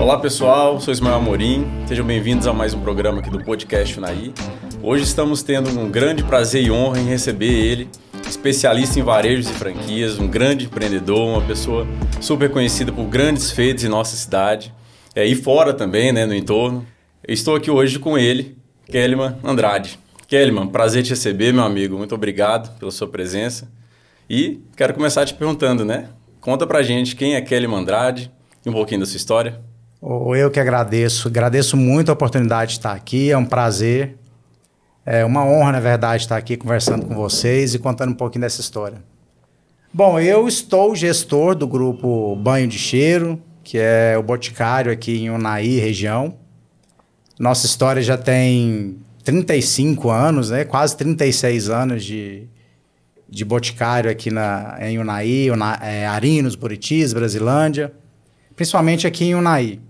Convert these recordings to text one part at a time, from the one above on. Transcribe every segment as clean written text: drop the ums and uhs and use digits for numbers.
Olá pessoal, sou Ismael Amorim, sejam bem-vindos a mais um programa aqui do Podcast Unai. Hoje estamos tendo um grande prazer e honra em receber ele, especialista em varejos e franquias, um grande empreendedor, uma pessoa super conhecida por grandes feitos em nossa cidade, e fora também, no entorno. Eu estou aqui hoje com ele, Kellyman Andrade. Kellyman, prazer te receber, meu amigo, muito obrigado pela sua presença. E quero começar te perguntando, conta pra gente quem é Kellyman Andrade e um pouquinho da sua história. Eu que agradeço muito a oportunidade de estar aqui, é um prazer, é uma honra, na verdade, estar aqui conversando com vocês e contando um pouquinho dessa história. Bom, eu estou gestor do grupo Banho de Cheiro, que é o boticário aqui em Unai, região. Nossa história já tem 35 anos, quase 36 anos de boticário aqui em Unai, Arinos, Buritis, Brasilândia, principalmente aqui em Unai.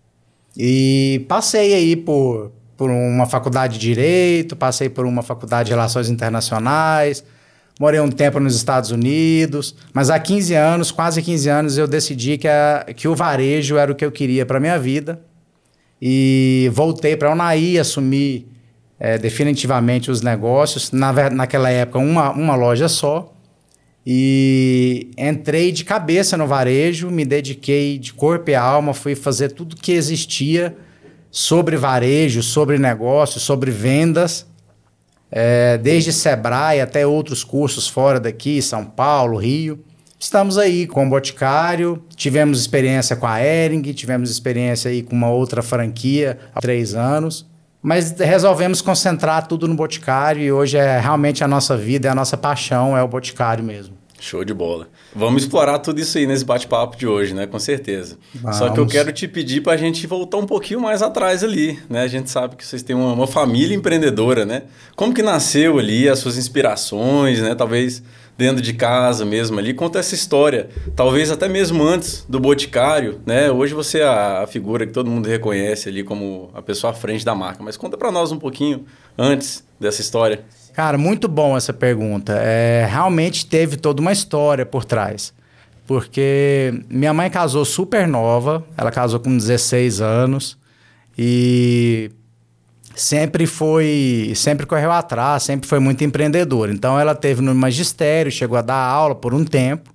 E passei aí por uma faculdade de Direito, passei por uma faculdade de Relações Internacionais, morei um tempo nos Estados Unidos, mas há 15 anos, quase 15 anos, eu decidi que o varejo era o que eu queria para a minha vida. E voltei para Unai, assumi definitivamente os negócios, naquela época uma loja só, e entrei de cabeça no varejo, me dediquei de corpo e alma, fui fazer tudo que existia sobre varejo, sobre negócio, sobre vendas, desde Sebrae até outros cursos fora daqui, São Paulo, Rio. Estamos aí com o Boticário, tivemos experiência com a Hering, tivemos experiência aí com uma outra franquia há 3 anos, mas resolvemos concentrar tudo no Boticário e hoje é realmente a nossa vida, a nossa paixão é o Boticário mesmo. Show de bola. Vamos explorar tudo isso aí nesse bate-papo de hoje, com certeza. Vamos. Só que eu quero te pedir para a gente voltar um pouquinho mais atrás ali, A gente sabe que vocês têm uma família empreendedora, Como que nasceu ali as suas inspirações, Talvez dentro de casa mesmo ali. Conta essa história, talvez até mesmo antes do Boticário, Hoje você é a figura que todo mundo reconhece ali como a pessoa à frente da marca, mas conta para nós um pouquinho antes dessa história. Cara, muito bom essa pergunta. Realmente teve toda uma história por trás. Porque minha mãe casou super nova, ela casou com 16 anos e sempre correu atrás, sempre foi muito empreendedora. Então ela teve no magistério, chegou a dar aula por um tempo.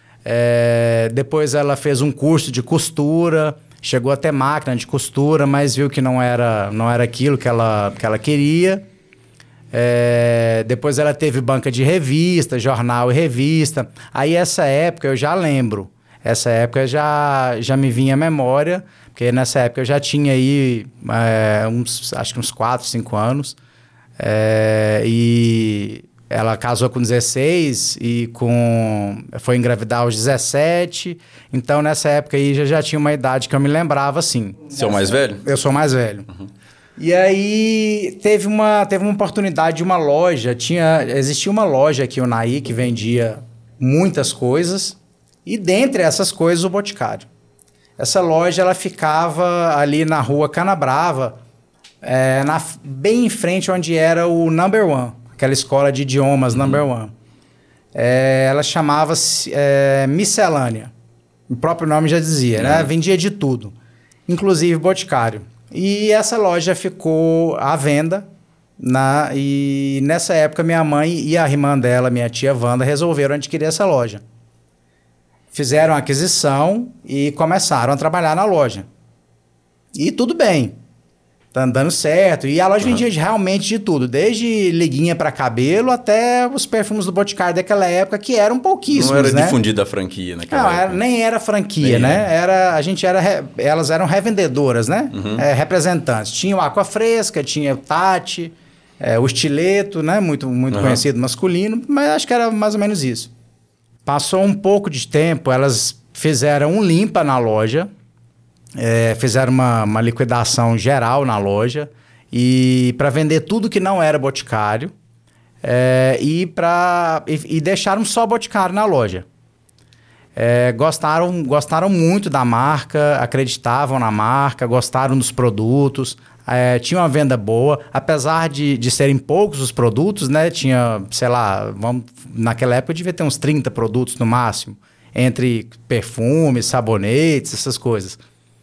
Depois ela fez um curso de costura, chegou a ter máquina de costura, mas viu que não era aquilo que ela queria. Depois ela teve banca de revista, jornal e revista. Aí essa época eu já lembro. Essa época já me vinha à memória, porque nessa época eu já tinha aí acho que uns 4, 5 anos. E ela casou com 16 e foi engravidar aos 17. Então nessa época aí já tinha uma idade que eu me lembrava assim. Você é o mais velho? Eu sou o mais velho. Uhum. E aí teve uma oportunidade de uma loja, existia uma loja aqui em Unai que vendia muitas coisas e dentre essas coisas o Boticário. Essa loja ela ficava ali na rua Canabrava, bem em frente onde era o Number One, aquela escola de idiomas Number One. Ela chamava-se Miscelânea, o próprio nome já dizia, vendia de tudo, inclusive Boticário. E essa loja ficou à venda, e nessa época minha mãe e a irmã dela, minha tia Wanda, resolveram adquirir essa loja. Fizeram a aquisição e começaram a trabalhar na loja. E tudo bem, tá dando certo. E a loja vendia realmente de tudo, desde liguinha para cabelo até os perfumes do Boticário daquela época, que eram pouquíssimos. Não era difundida a franquia naquela época. Nem era franquia, elas eram revendedoras, representantes. Tinha o Aqua Fresca, tinha o Tati, o Estileto, muito conhecido masculino, mas acho que era mais ou menos isso. Passou um pouco de tempo, elas fizeram um limpa na loja, fizeram uma liquidação geral na loja e para vender tudo que não era Boticário e deixaram só Boticário na loja. Gostaram muito da marca, acreditavam na marca, gostaram dos produtos, tinha uma venda boa, apesar de serem poucos os produtos, tinha, sei lá, naquela época devia ter uns 30 produtos no máximo, entre perfumes, sabonetes, essas coisas.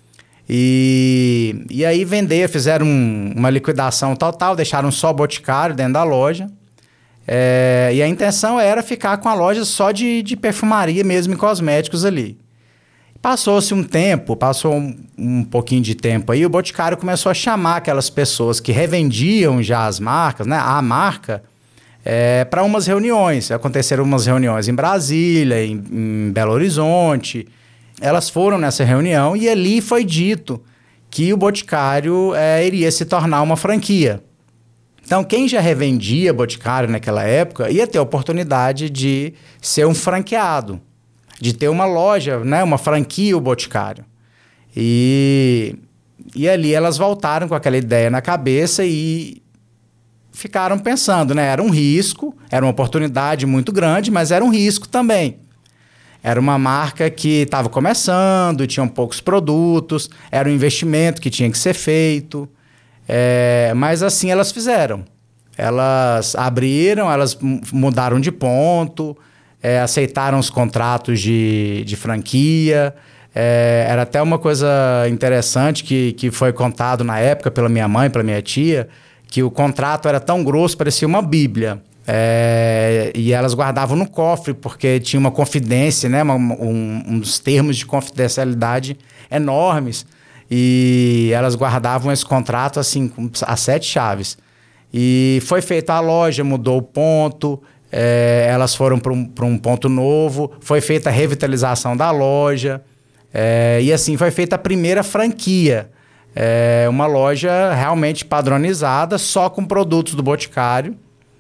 E aí fizeram uma liquidação total, deixaram só o Boticário dentro da loja. E a intenção era ficar com a loja só de perfumaria mesmo e cosméticos ali. Passou-se um tempo, passou um pouquinho de tempo aí, o Boticário começou a chamar aquelas pessoas que revendiam já as marcas, né, a marca, para umas reuniões. Aconteceram umas reuniões em Brasília, em Belo Horizonte. Elas foram nessa reunião e ali foi dito que o Boticário iria se tornar uma franquia. Então, quem já revendia Boticário naquela época ia ter a oportunidade de ser um franqueado, de ter uma loja, né, uma franquia, o Boticário. E ali elas voltaram com aquela ideia na cabeça e ficaram pensando, né? Era um risco, era uma oportunidade muito grande, mas era um risco também. Era uma marca que estava começando, tinham poucos produtos, era um investimento que tinha que ser feito. Mas assim elas fizeram. Elas abriram, elas mudaram de ponto, aceitaram os contratos de franquia. Era até uma coisa interessante que foi contado na época pela minha mãe, pela minha tia, que o contrato era tão grosso, parecia uma bíblia. E elas guardavam no cofre, porque tinha uma confidência, né? Uns termos de confidencialidade enormes. E elas guardavam esse contrato assim, com as 7 chaves. E foi feita a loja, mudou o ponto, elas foram para um ponto novo, foi feita a revitalização da loja, e assim foi feita a primeira franquia. Uma loja realmente padronizada, só com produtos do Boticário.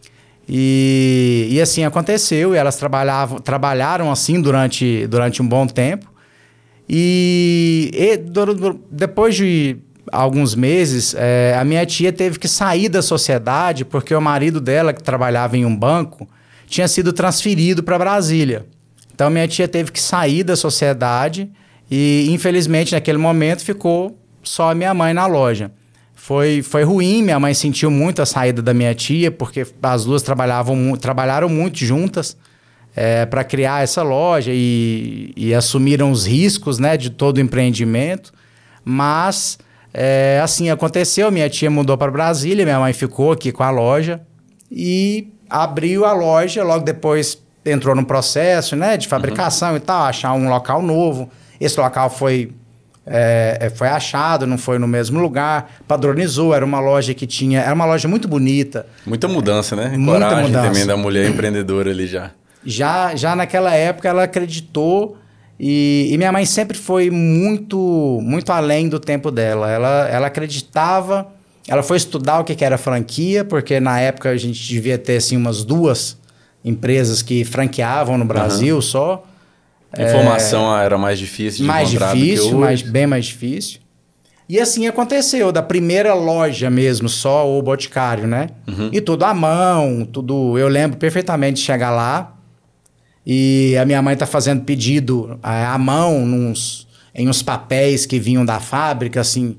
E assim aconteceu, e elas trabalharam assim durante um bom tempo. Depois de alguns meses, a minha tia teve que sair da sociedade porque o marido dela, que trabalhava em um banco, tinha sido transferido para Brasília. Então, minha tia teve que sair da sociedade e, infelizmente, naquele momento, ficou só a minha mãe na loja. Foi ruim, minha mãe sentiu muito a saída da minha tia, porque as duas trabalharam muito juntas para criar essa loja e assumiram os riscos, né, de todo o empreendimento. Mas, assim aconteceu, minha tia mudou para Brasília, minha mãe ficou aqui com a loja e abriu a loja, logo depois entrou num processo, né, de fabricação e tal, achar um local novo. Esse local foi achado, não foi no mesmo lugar, padronizou, era uma loja que tinha... Era uma loja muito bonita. Muita mudança, né? Muita coragem mudança. Também da mulher empreendedora ali já. Já naquela época ela acreditou e minha mãe sempre foi muito, muito além do tempo dela. Ela acreditava, ela foi estudar o que era franquia, porque na época a gente devia ter assim, umas 2 empresas que franqueavam no Brasil só. A informação era mais difícil de encontrar do que hoje. Bem mais difícil. E assim aconteceu, da primeira loja mesmo, só o Boticário, né? E tudo à mão, tudo... Eu lembro perfeitamente de chegar lá e a minha mãe tá fazendo pedido à mão em uns papéis que vinham da fábrica, assim,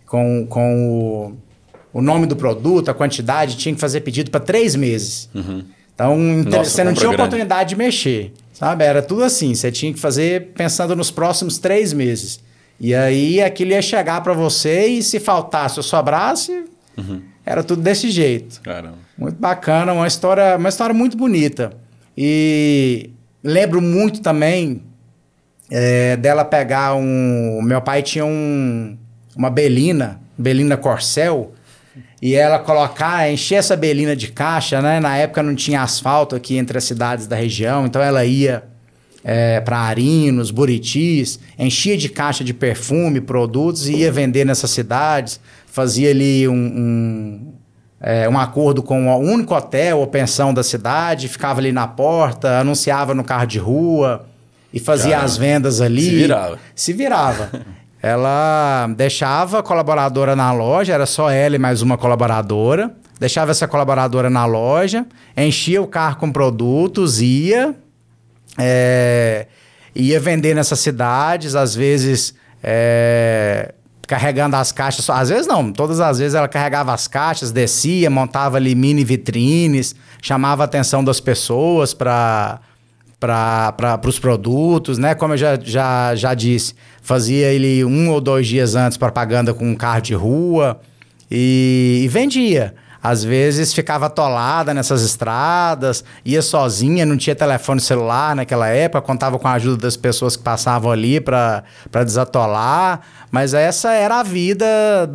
com o nome do produto, a quantidade, tinha que fazer pedido para 3 meses. Então, você não tinha oportunidade de mexer, sabe? Era tudo assim, você tinha que fazer pensando nos próximos 3 meses. E aí, aquilo ia chegar para você e se faltasse ou sobrasse, era tudo desse jeito. Caramba. Muito bacana, uma história muito bonita. E lembro muito também dela pegar meu pai tinha uma Belina Corcel, e ela encher essa Belina de caixa, né? Na época não tinha asfalto aqui entre as cidades da região, então ela ia para Arinos, Buritis, enchia de caixa de perfume, produtos e ia vender nessas cidades, fazia ali um acordo com o único hotel ou pensão da cidade, ficava ali na porta, anunciava no carro de rua e fazia as vendas ali. Se virava. Ela deixava a colaboradora na loja, era só ela e mais uma colaboradora, deixava essa colaboradora na loja, enchia o carro com produtos, ia vender nessas cidades, às vezes carregando as caixas, às vezes não, todas as vezes ela carregava as caixas, descia, montava ali mini vitrines, chamava a atenção das pessoas para para os produtos, né? Como eu já disse, fazia ele 1 ou 2 dias antes propaganda com um carro de rua e vendia. Às vezes ficava atolada nessas estradas, ia sozinha, não tinha telefone celular naquela época, contava com a ajuda das pessoas que passavam ali para desatolar. Mas essa era a vida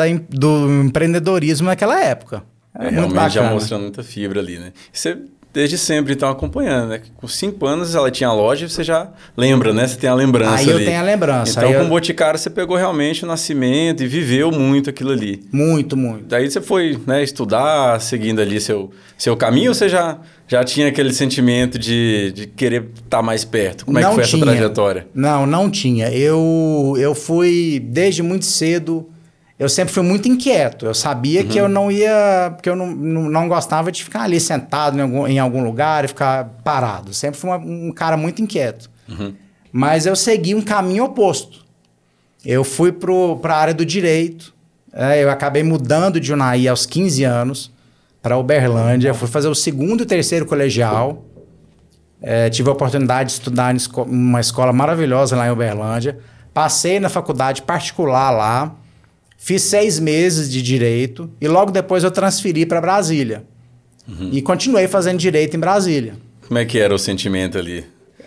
do empreendedorismo naquela época. Realmente já mostrando muita fibra ali, né? Você desde sempre então acompanhando, né? Com 5 anos ela tinha a loja e você já lembra, né? Você tem a lembrança ali. Aí eu tenho a lembrança. Então com o Boticário você pegou realmente o nascimento e viveu muito aquilo ali. Muito, muito. Daí você foi, né, estudar, seguindo ali seu caminho, ou você já tinha aquele sentimento de querer estar mais perto? Como é que foi essa trajetória? Não tinha. Eu fui desde muito cedo. Eu sempre fui muito inquieto. Eu sabia que eu não ia... Porque eu não gostava de ficar ali sentado em algum lugar e ficar parado. Sempre fui um cara muito inquieto. Mas eu segui um caminho oposto. Eu fui para a área do direito. Eu acabei mudando de Unai aos 15 anos para Uberlândia. Fui fazer o 2º e 3º colegial. Tive a oportunidade de estudar em uma escola maravilhosa lá em Uberlândia. Passei na faculdade particular lá. Fiz 6 meses de direito e logo depois eu transferi para Brasília. E continuei fazendo direito em Brasília. Como é que era o sentimento ali?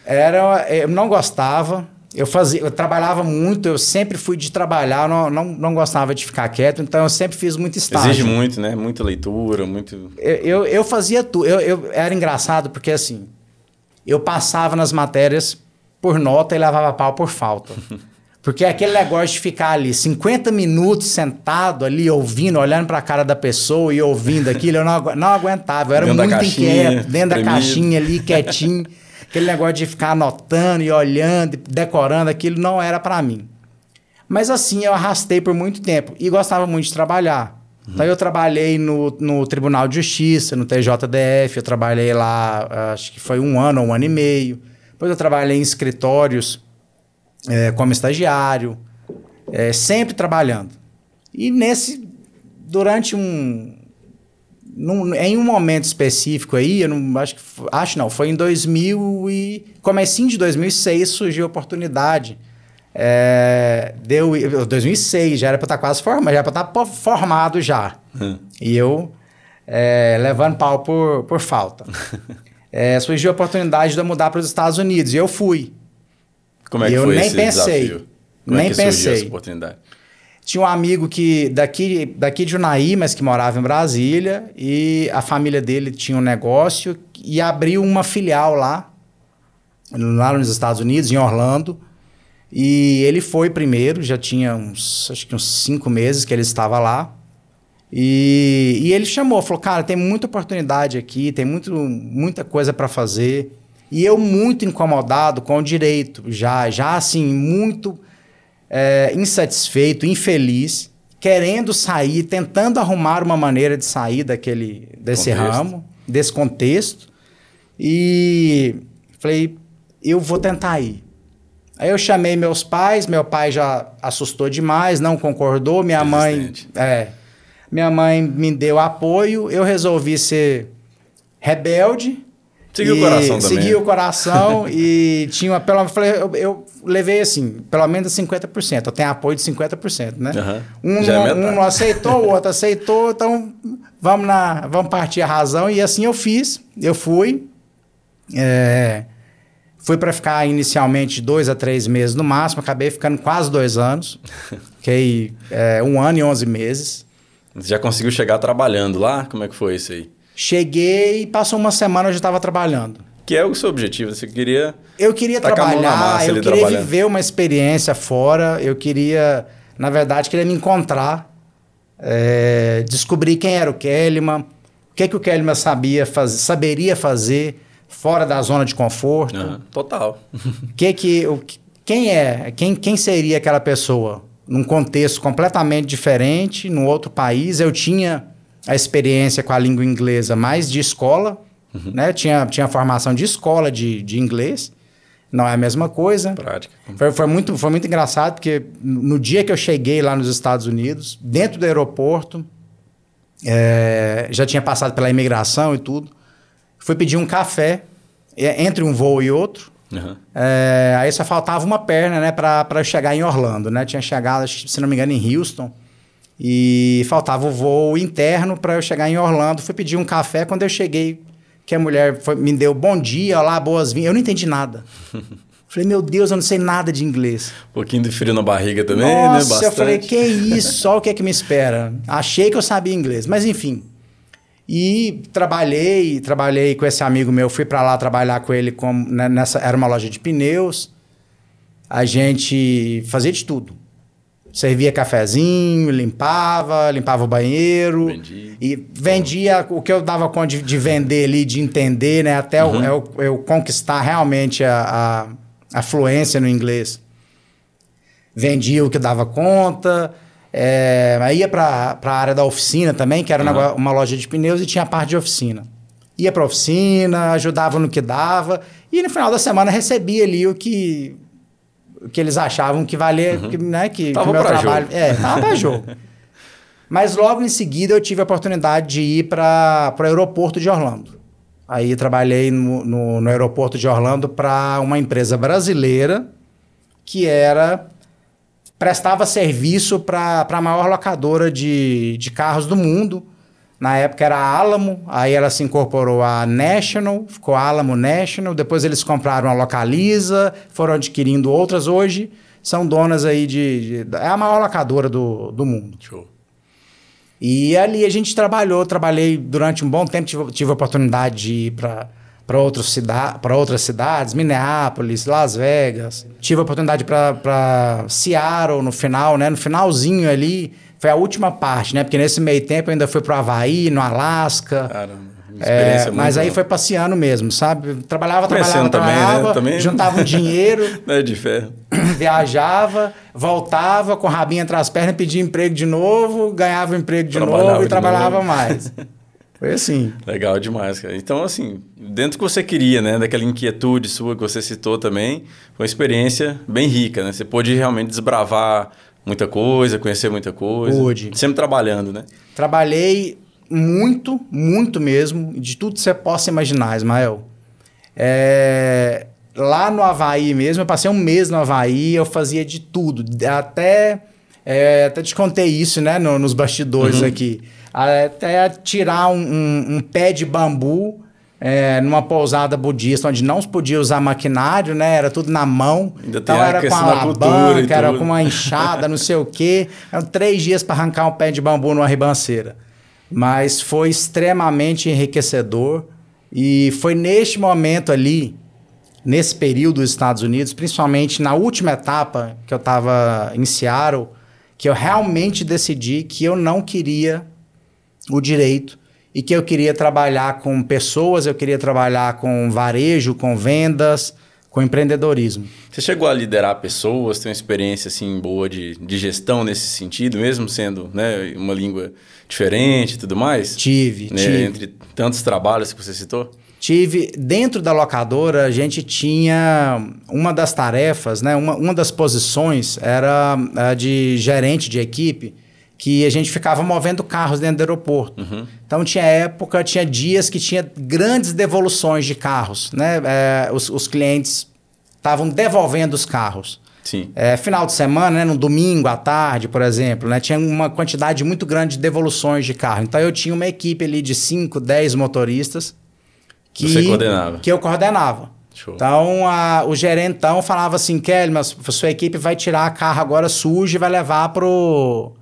Eu não gostava, eu trabalhava muito, eu sempre fui de trabalhar, não gostava de ficar quieto, então eu sempre fiz muito estágio. Exige muito, né? Muita leitura, muito... Eu fazia tudo. Era engraçado porque assim, eu passava nas matérias por nota e levava pau por falta. Porque aquele negócio de ficar ali 50 minutos sentado ali, ouvindo, olhando para a cara da pessoa e ouvindo aquilo, eu não aguentava. Eu era muito inquieto, dentro da caixinha ali, quietinho. Aquele negócio de ficar anotando e olhando, decorando, aquilo não era para mim. Mas assim, eu arrastei por muito tempo e gostava muito de trabalhar. Então eu trabalhei no Tribunal de Justiça, no TJDF, eu trabalhei lá, acho que foi 1 ano ou 1 ano e meio. Depois eu trabalhei em escritórios, como estagiário, sempre trabalhando. E durante em um momento específico aí, eu não foi em comecinho de 2006 surgiu a oportunidade. 2006, já era para estar quase formado, já era para estar formado já. E eu levando pau por falta. Surgiu a oportunidade de eu mudar para os Estados Unidos e eu fui. Como é que foi esse desafio? Nem pensei. Surgiu essa oportunidade? Tinha um amigo daqui de Unai, mas que morava em Brasília, e a família dele tinha um negócio e abriu uma filial lá nos Estados Unidos, em Orlando. E ele foi primeiro, já tinha acho que uns 5 meses que ele estava lá. E ele falou, cara, tem muita oportunidade aqui, tem muita coisa para fazer. E eu muito incomodado com o direito, já assim, muito insatisfeito, infeliz, querendo sair, tentando arrumar uma maneira de sair desse ramo, desse contexto. E falei, eu vou tentar ir. Aí eu chamei meus pais, meu pai já assustou demais, não concordou, minha mãe me deu apoio, eu resolvi ser rebelde. Seguiu o coração também. Segui o coração e tinha... Eu levei assim, pelo menos 50%. Eu tenho apoio de 50%, né? Um não aceitou, o outro aceitou, então vamos partir a razão. E assim eu fiz, eu fui. Fui para ficar inicialmente 2 a 3 meses no máximo, acabei ficando quase 2 anos. Fiquei 1 ano e 11 meses. Você já conseguiu chegar trabalhando lá? Como é que foi isso aí? Cheguei, passou uma semana eu já estava trabalhando. Que é o seu objetivo, você queria... Eu queria trabalhar, eu queria viver uma experiência fora, eu queria, na verdade, me encontrar, descobrir quem era o Kellyman, o que o Kellyman saberia fazer fora da zona de conforto. Total. Quem seria aquela pessoa num contexto completamente diferente, num outro país. Eu tinha a experiência com a língua inglesa mais de escola, né? Tinha formação de escola de inglês, não é a mesma coisa. Prática. Foi muito engraçado, porque no dia que eu cheguei lá nos Estados Unidos, dentro do aeroporto, já tinha passado pela imigração e tudo, fui pedir um café, entre um voo e outro. Uhum. Aí só faltava uma perna, né, para eu chegar em Orlando, né? Tinha chegado, se não me engano, em Houston. E faltava o voo interno para eu chegar em Orlando. Fui pedir um café. Quando eu cheguei, que a mulher me deu bom dia, olá, boas-vindas. Eu não entendi nada. Falei, meu Deus, eu não sei nada de inglês. Um pouquinho de frio na barriga também, Nossa, né? Bastante. Eu falei, que isso? Só o que é que me espera? Achei que eu sabia inglês, mas enfim. E trabalhei com esse amigo meu. Fui para lá trabalhar com ele. Era uma loja de pneus. A gente fazia de tudo. Servia cafezinho, limpava o banheiro. E vendia o que eu dava conta de vender ali, de entender, né? Até eu conquistar realmente a fluência no inglês. Vendia o que eu dava conta. Aí ia para a área da oficina também, que era uma loja de pneus e tinha a parte de oficina. Ia para a oficina, ajudava no que dava. E no final da semana recebia ali o que eles achavam que valia, né, que o meu trabalho... Tava para jogo. Mas logo em seguida eu tive a oportunidade de ir para o aeroporto de Orlando. Aí trabalhei no aeroporto de Orlando para uma empresa brasileira que prestava serviço para a maior locadora de carros do mundo. Na época era a Alamo, aí ela se incorporou à National, ficou Alamo National, depois eles compraram a Localiza, foram adquirindo outras. Hoje são donas aí é a maior locadora do mundo. Show. E ali a gente trabalhei durante um bom tempo, tive a oportunidade de ir para outras cidades, Minneapolis, Las Vegas. Tive a oportunidade para Seattle no final, né? No finalzinho ali, foi a última parte, né? Porque nesse meio tempo eu ainda fui para o Havaí, no Alasca. Caramba, experiência muito mas aí foi passeando mesmo, sabe? Trabalhava, também, né? Juntava um dinheiro. Não é de ferro. Viajava, voltava com o rabinho entre as pernas, pedia emprego de novo, ganhava emprego de novo e trabalhava mais. Foi assim. Legal demais, cara. Então, assim, dentro do que você queria, né? Daquela inquietude sua que você citou também, foi uma experiência bem rica, né? Você pôde realmente desbravar muita coisa, conhecer muita coisa. Pude. Sempre trabalhando, né? Trabalhei muito, muito mesmo, de tudo que você possa imaginar, Ismael. Lá no Havaí mesmo, eu passei um mês no Havaí, eu fazia de tudo. Até te contei isso, né? Nos bastidores aqui. Até tirar um pé de bambu numa pousada budista, onde não se podia usar maquinário, né? Era tudo na mão. Então era com a alavanca, era com uma enxada, não sei o quê. Eram 3 dias para arrancar um pé de bambu numa ribanceira. Mas foi extremamente enriquecedor. E foi neste momento ali, nesse período dos Estados Unidos, principalmente na última etapa que eu estava em Seattle, que eu realmente decidi que eu não queria o direito e que eu queria trabalhar com pessoas, eu queria trabalhar com varejo, com vendas, com empreendedorismo. Você chegou a liderar pessoas, tem uma experiência assim boa de gestão nesse sentido, mesmo sendo, né, uma língua diferente e tudo mais? Tive. Entre tantos trabalhos que você citou? Tive. Dentro da locadora, a gente tinha uma das tarefas, né, uma das posições era a de gerente de equipe, que a gente ficava movendo carros dentro do aeroporto. Então tinha dias que tinha grandes devoluções de carros, né? Os clientes estavam devolvendo os carros. Sim. Final de semana, né? No domingo à tarde, por exemplo, né? Tinha uma quantidade muito grande de devoluções de carro. Então eu tinha uma equipe ali de 5, 10 motoristas Você coordenava. Que eu coordenava. Show. Então o gerentão falava assim: Kelly, mas a sua equipe vai tirar a carro agora sujo e vai levar pro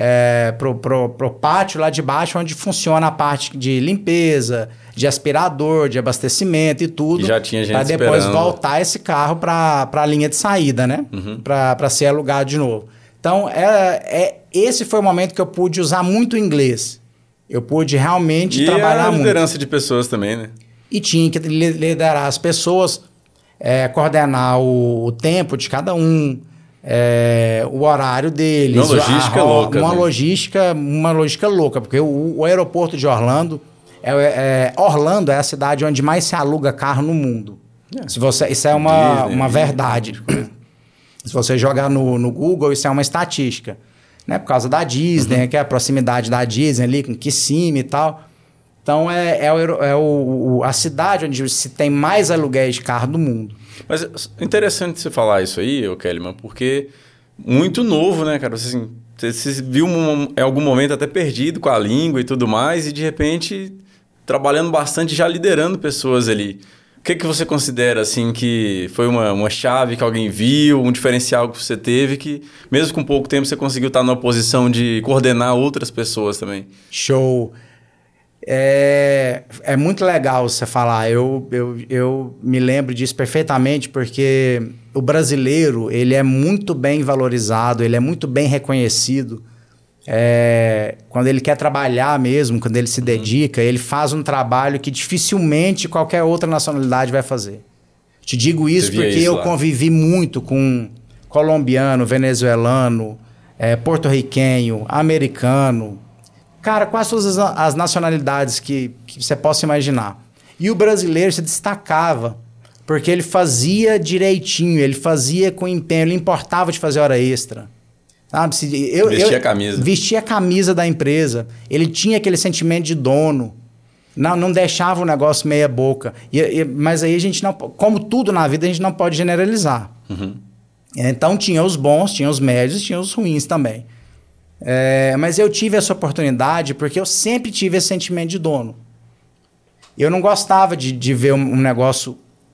pátio lá de baixo, onde funciona a parte de limpeza, de aspirador, de abastecimento e tudo. E já tinha gente para depois esperando. voltar esse carro para a linha de saída, né? Para ser alugado de novo. Então, esse foi o momento que eu pude usar muito o inglês. Eu pude realmente trabalhar muito. E a liderança de pessoas também, né? E tinha que liderar as pessoas, coordenar o tempo de cada um, o horário deles. Uma logística louca. Uma logística louca, porque o aeroporto de Orlando... Orlando é a cidade onde mais se aluga carro no mundo. Isso é uma verdade. Se você jogar no Google, isso é uma estatística. Né? Por causa da Disney, que é a proximidade da Disney ali com Kissimmee e tal. Então, a cidade onde se tem mais aluguéis de carro do mundo. Mas é interessante você falar isso aí, ô Kellyman, porque muito novo, né, cara? Você se viu em algum momento até perdido com a língua e tudo mais, e de repente trabalhando bastante, já liderando pessoas ali. O que você considera, assim, que foi uma chave que alguém viu, um diferencial que você teve, que mesmo com pouco tempo você conseguiu estar numa posição de coordenar outras pessoas também? Show! É muito legal você falar. Eu me lembro disso perfeitamente, porque o brasileiro, ele é muito bem valorizado, ele é muito bem reconhecido. Quando ele quer trabalhar mesmo, quando ele se dedica, ele faz um trabalho que dificilmente qualquer outra nacionalidade vai fazer. Te digo isso porque eu convivi muito com colombiano, venezuelano, porto-riquenho, americano, cara, quase todas as nacionalidades que você possa imaginar. E o brasileiro se destacava porque ele fazia direitinho, ele fazia com empenho, ele importava de fazer hora extra. Sabe? Vestia a camisa. Vestia a camisa da empresa. Ele tinha aquele sentimento de dono. Não deixava o negócio meia boca. Mas aí a gente não... Como tudo na vida, a gente não pode generalizar. Uhum. Então tinha os bons, tinha os médios, tinha os ruins também. Mas eu tive essa oportunidade porque eu sempre tive esse sentimento de dono. Eu não gostava de ver um negócio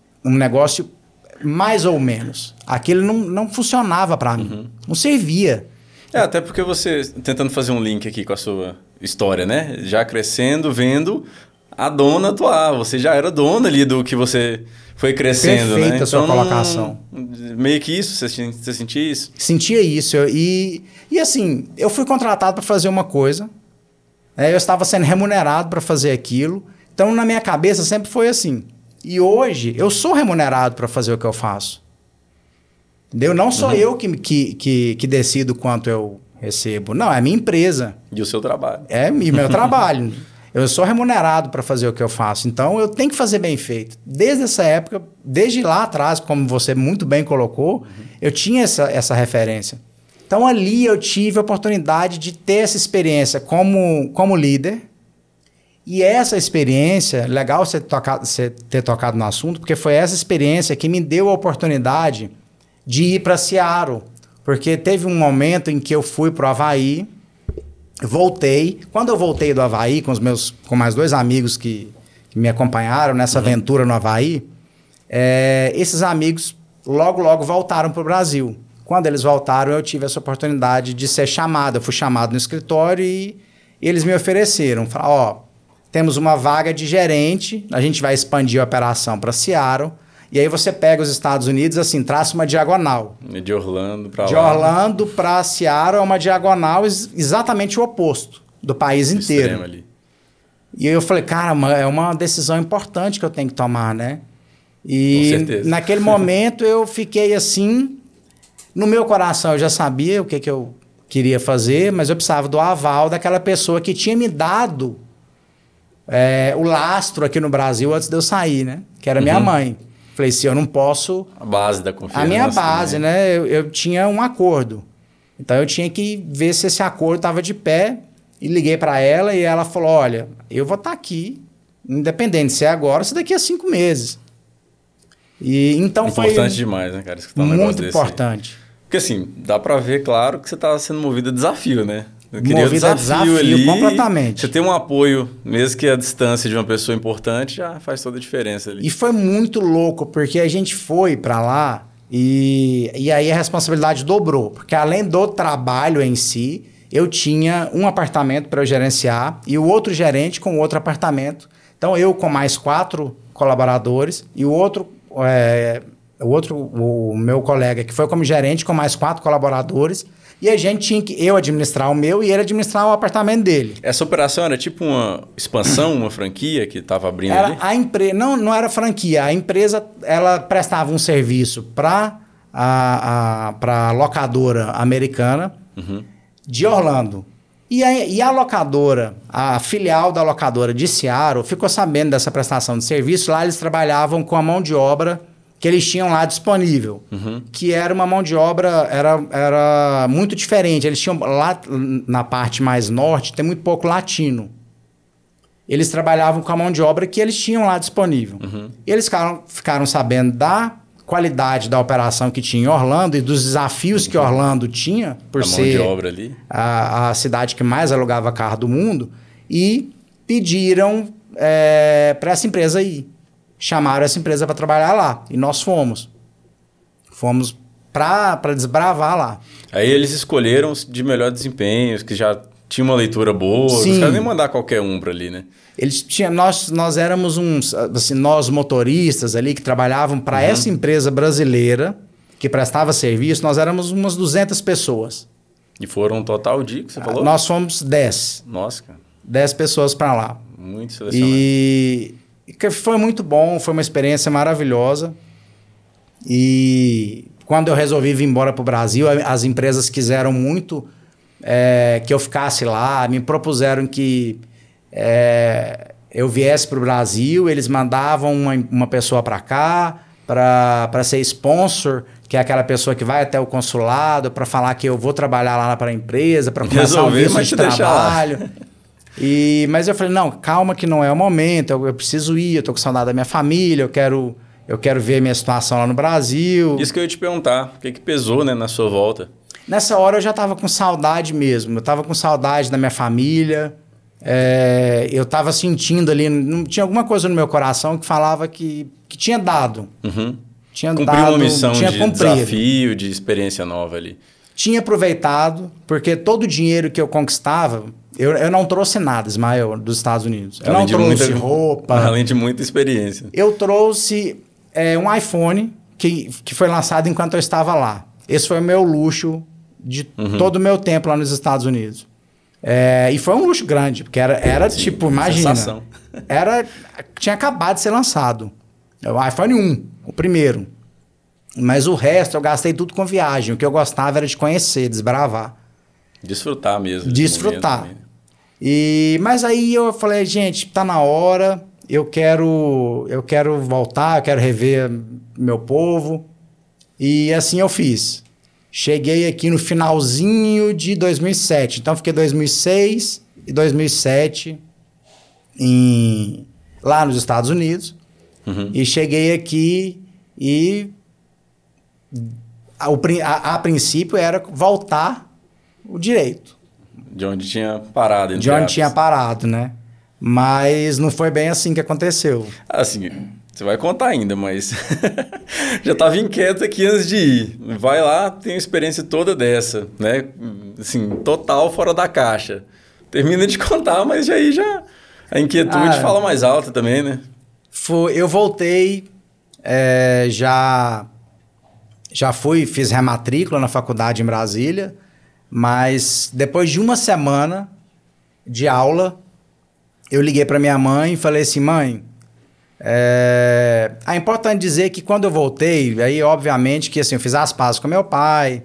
mais ou menos. Aquilo não funcionava para mim. Não servia. Até porque você, tentando fazer um link aqui com a sua história, né? Já crescendo, vendo a dona atuar. Você já era dona ali do que você foi crescendo, Perfeita, né? A sua colocação. Meio que isso, você sentia isso? Sentia isso. E assim, eu fui contratado para fazer uma coisa. Eu estava sendo remunerado para fazer aquilo. Então, na minha cabeça, sempre foi assim. E hoje, eu sou remunerado para fazer o que eu faço. Entendeu? Não sou eu que decido quanto eu recebo. Não, é a minha empresa. E o seu trabalho. E meu trabalho. Eu sou remunerado para fazer o que eu faço. Então, eu tenho que fazer bem feito. Desde essa época, desde lá atrás, como você muito bem colocou, eu tinha essa referência. Então, ali eu tive a oportunidade de ter essa experiência como líder. E essa experiência, legal você ter tocado no assunto, porque foi essa experiência que me deu a oportunidade de ir para Seattle. Porque teve um momento em que eu fui para o Havaí, voltei. Quando eu voltei do Havaí, com mais 2 amigos que me acompanharam nessa aventura no Havaí, esses amigos logo voltaram para o Brasil. Quando eles voltaram, eu tive essa oportunidade de ser chamado. Eu fui chamado no escritório e eles me ofereceram. Falaram, temos uma vaga de gerente, a gente vai expandir a operação para Seattle, e aí você pega os Estados Unidos, assim, traça uma diagonal. De Orlando para lá. De Orlando para Seattle é uma diagonal exatamente o oposto do país inteiro. Ali. E eu falei, cara, é uma decisão importante que eu tenho que tomar, né? E com certeza. Naquele momento eu fiquei assim, no meu coração eu já sabia o que eu queria fazer, mas eu precisava do aval daquela pessoa que tinha me dado o lastro aqui no Brasil antes de eu sair, né? Que era minha mãe. Falei assim, eu não posso... A base da confiança. A minha base, né? Eu tinha um acordo. Então, eu tinha que ver se esse acordo estava de pé. E liguei para ela e ela falou, olha, eu vou estar aqui, independente se é agora ou se daqui a 5 meses. E então importante demais, né, cara? Escutar um muito importante. Porque assim, dá para ver, claro, que você estava sendo movido a desafio, né? Eu queria movido a desafio ali, completamente. Você tem um apoio, mesmo que a distância de uma pessoa importante, já faz toda a diferença ali. E foi muito louco, porque a gente foi para lá e aí a responsabilidade dobrou. Porque além do trabalho em si, eu tinha um apartamento para eu gerenciar e o outro gerente com outro apartamento. Então, eu com mais 4 colaboradores e o meu colega, que foi como gerente com mais 4 colaboradores. E a gente tinha que eu administrar o meu e ele administrar o apartamento dele. Essa operação era tipo uma expansão, uma franquia que estava abrindo ali? Não era franquia. A empresa ela prestava um serviço para a locadora americana de Orlando. E a locadora, a filial da locadora de Seattle, ficou sabendo dessa prestação de serviço. Lá eles trabalhavam com a mão de obra que eles tinham lá disponível, que era uma mão de obra, era muito diferente. Eles tinham lá na parte mais norte, tem muito pouco latino. eles trabalhavam com a mão de obra que eles tinham lá disponível. E eles ficaram sabendo da qualidade da operação que tinha em Orlando e dos desafios que Orlando tinha, por a ser mão de obra ali. A cidade que mais alugava carro do mundo, e pediram para essa empresa ir. Chamaram essa empresa para trabalhar lá. E nós fomos. Fomos para desbravar lá. Aí eles escolheram os de melhor desempenho, os que já tinham uma leitura boa. Sim. Os caras nem mandar qualquer um para ali, né? Nós éramos assim, nós motoristas ali que trabalhavam para essa empresa brasileira que prestava serviço, nós éramos umas 200 pessoas. E foram um total de que você falou? Nós fomos 10. Nossa, cara. 10 pessoas para lá. Muito selecionado. E foi muito bom, foi uma experiência maravilhosa. E quando eu resolvi vir embora para o Brasil, as empresas quiseram muito que eu ficasse lá, me propuseram que eu viesse para o Brasil, eles mandavam uma pessoa para cá para ser sponsor, que é aquela pessoa que vai até o consulado para falar que eu vou trabalhar lá para a empresa, para começar um visto de trabalho. Mas eu falei, não, calma que não é o momento, eu preciso ir, eu estou com saudade da minha família, eu quero ver a minha situação lá no Brasil. Isso que eu ia te perguntar, o que pesou, né, na sua volta? Nessa hora eu já estava com saudade mesmo, eu estava com saudade da minha família, eu estava sentindo ali, tinha alguma coisa no meu coração que falava que tinha dado. Tinha cumpriu uma missão de desafio, de experiência nova ali. Tinha aproveitado, porque todo o dinheiro que eu conquistava, eu não trouxe nada, Ismael, dos Estados Unidos. Eu não trouxe roupa. Além de muita experiência. Eu trouxe um iPhone que foi lançado enquanto eu estava lá. Esse foi o meu luxo de todo o meu tempo lá nos Estados Unidos. E foi um luxo grande, porque era sim, tipo, imagina. Sensação. Tinha acabado de ser lançado. O iPhone 1, o primeiro. Mas o resto eu gastei tudo com viagem. O que eu gostava era de conhecer, desbravar. Desfrutar mesmo. Desfrutar. Mas aí eu falei, gente, tá na hora, eu quero voltar, eu quero rever meu povo. E assim eu fiz. Cheguei aqui no finalzinho de 2007. Então, fiquei 2006 e 2007 lá nos Estados Unidos. E cheguei aqui e a princípio era voltar o direito. De onde tinha parado. De onde tinha parado, né? Mas não foi bem assim que aconteceu. Assim, você vai contar ainda, mas já estava inquieto aqui antes de ir. Vai lá, tem uma experiência toda dessa, né? Assim, total fora da caixa. Termina de contar, mas aí já a inquietude fala mais alta também, né? Eu voltei, já fiz rematrícula na faculdade em Brasília, mas depois de uma semana de aula, eu liguei para minha mãe e falei assim, mãe, é importante dizer que quando eu voltei, aí obviamente que assim, eu fiz as pazes com meu pai,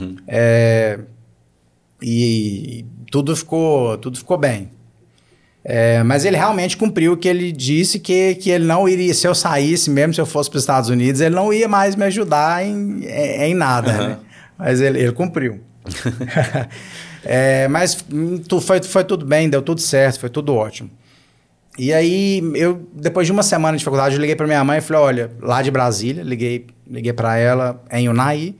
e tudo ficou bem. Mas ele realmente cumpriu o que ele disse, que ele não iria, se eu saísse, mesmo se eu fosse para os Estados Unidos, ele não ia mais me ajudar em nada, né? Mas ele cumpriu. Mas foi tudo bem, deu tudo certo, foi tudo ótimo. E aí, depois de uma semana de faculdade, eu liguei para minha mãe e falei, olha, lá de Brasília, liguei para ela em Unai.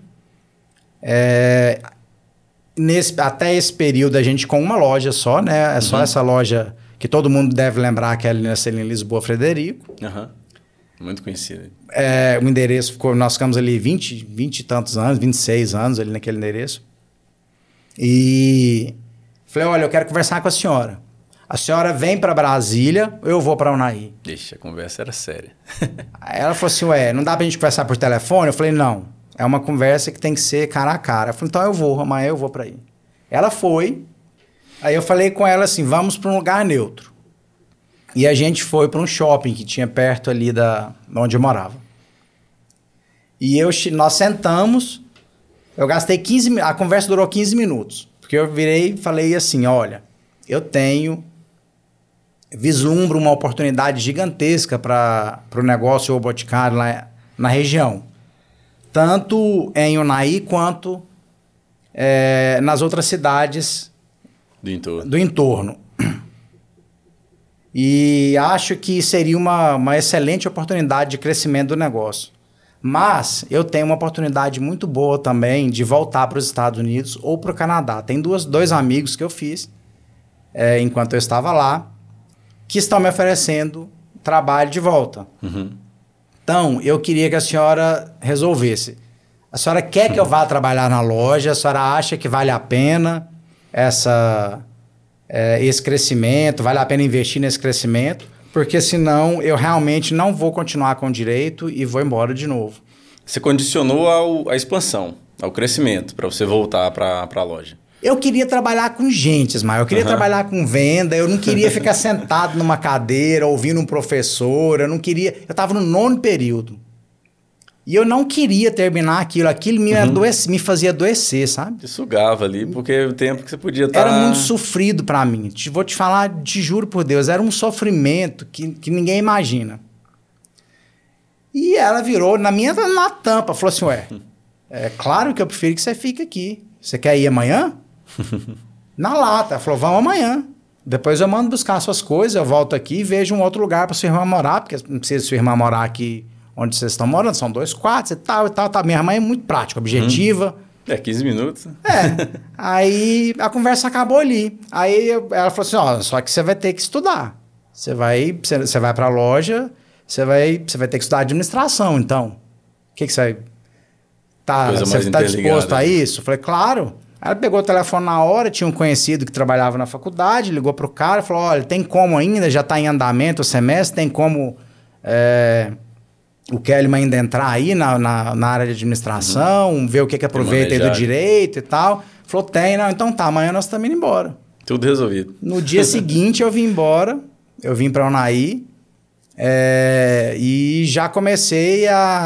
Até esse período, a gente com uma loja só, né? Só essa loja que todo mundo deve lembrar, que é ali em Lisboa, Frederico. Muito conhecida. O endereço nós ficamos ali 20 e tantos anos, 26 anos ali naquele endereço. E falei, olha, eu quero conversar com a senhora. A senhora vem para Brasília, eu vou para Unai. Deixa, a conversa era séria. Aí ela falou assim, não dá pra gente conversar por telefone? Eu falei, não, é uma conversa que tem que ser cara a cara. Eu falei, então eu vou, amanhã eu vou para aí. Ela foi, aí eu falei com ela assim, vamos para um lugar neutro. E a gente foi para um shopping que tinha perto ali onde eu morava. E nós sentamos, eu gastei 15 minutos, a conversa durou 15 minutos. Porque eu virei e falei assim, olha, eu vislumbro uma oportunidade gigantesca para o negócio O Boticário lá na região. Tanto em Unai quanto nas outras cidades do entorno. E acho que seria uma excelente oportunidade de crescimento do negócio. Mas eu tenho uma oportunidade muito boa também de voltar para os Estados Unidos ou para o Canadá. Tem dois amigos que eu fiz enquanto eu estava lá, que estão me oferecendo trabalho de volta. Uhum. Então, eu queria que a senhora resolvesse. A senhora quer que eu vá trabalhar na loja? A senhora acha que vale a pena esse crescimento? Vale a pena investir nesse crescimento? Porque senão eu realmente não vou continuar com o direito e vou embora de novo. Você condicionou à expansão, ao crescimento, para você voltar para a loja. Eu queria trabalhar com gente, Ismael. Eu queria trabalhar com venda. Eu não queria ficar sentado numa cadeira ouvindo um professor. Eu não queria... Eu estava no 9º período. E eu não queria terminar aquilo. Aquilo me fazia adoecer, sabe? Te sugava ali, porque o tempo que você podia estar... Era muito sofrido para mim. Vou te falar, te juro por Deus, era um sofrimento que ninguém imagina. E ela virou na tampa, falou assim, ué, é claro que eu prefiro que você fique aqui. Você quer ir amanhã? Na lata. Ela falou, vamos amanhã. Depois eu mando buscar suas coisas, eu volto aqui e vejo um outro lugar para sua irmã morar, porque não precisa sua irmã morar aqui onde vocês estão morando, são 2 quartos e tal. Minha irmã é muito prática, objetiva. 15 minutos. Aí a conversa acabou ali. Aí ela falou assim, ó, só que você vai ter que estudar. Você vai para a loja, você vai ter que estudar administração, então. O que você vai... Você está disposto a isso? Eu falei, claro. Ela pegou o telefone na hora, tinha um conhecido que trabalhava na faculdade, ligou para o cara, falou, olha, tem como ainda, já está em andamento o semestre, tem como o Kellyman ainda entrar aí na área de administração, ver o que aproveita aí do direito e tal. Falou, tem, não, então tá, amanhã nós estamos indo embora. Tudo resolvido. No dia seguinte eu vim embora, eu vim para Unai e já comecei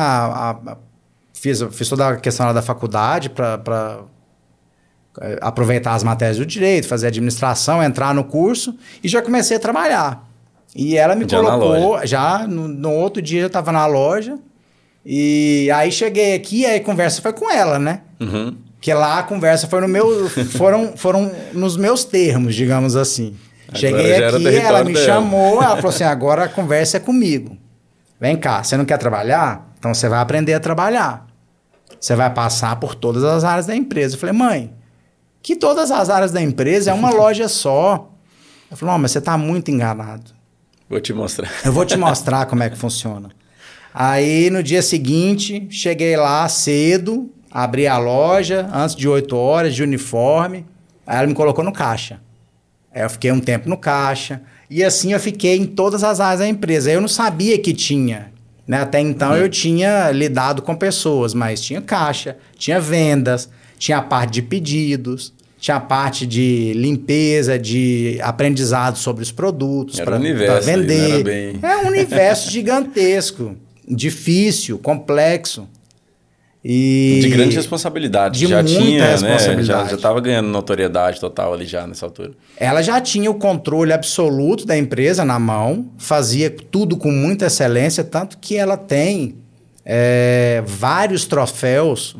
Fiz toda a questão lá da faculdade para aproveitar as matérias do direito, fazer administração, entrar no curso e já comecei a trabalhar. E ela me colocou, já no outro dia eu estava na loja e aí cheguei aqui e aí a conversa foi com ela, né? Uhum. Porque lá a conversa foi foram nos meus termos, digamos assim. Agora cheguei aqui, ela me chamou, ela falou assim, agora a conversa é comigo. Vem cá, você não quer trabalhar? Então você vai aprender a trabalhar. Você vai passar por todas as áreas da empresa. Eu falei, mãe, que todas as áreas da empresa é uma loja só. Ela falou, não, mas você está muito enganado. Vou te mostrar. Eu vou te mostrar como é que funciona. Aí, no dia seguinte, cheguei lá cedo, abri a loja, antes de 8 horas, de uniforme. Aí ela me colocou no caixa. Aí eu fiquei um tempo no caixa. E assim eu fiquei em todas as áreas da empresa. Eu não sabia que tinha... Né? Até então eu tinha lidado com pessoas, mas tinha caixa, tinha vendas, tinha a parte de pedidos, tinha a parte de limpeza, de aprendizado sobre os produtos para vender. É um universo gigantesco, difícil, complexo. E de grande responsabilidade. De já muita tinha, responsabilidade. Né? Já estava ganhando notoriedade total ali já nessa altura. Ela já tinha o controle absoluto da empresa na mão, fazia tudo com muita excelência, tanto que ela tem vários troféus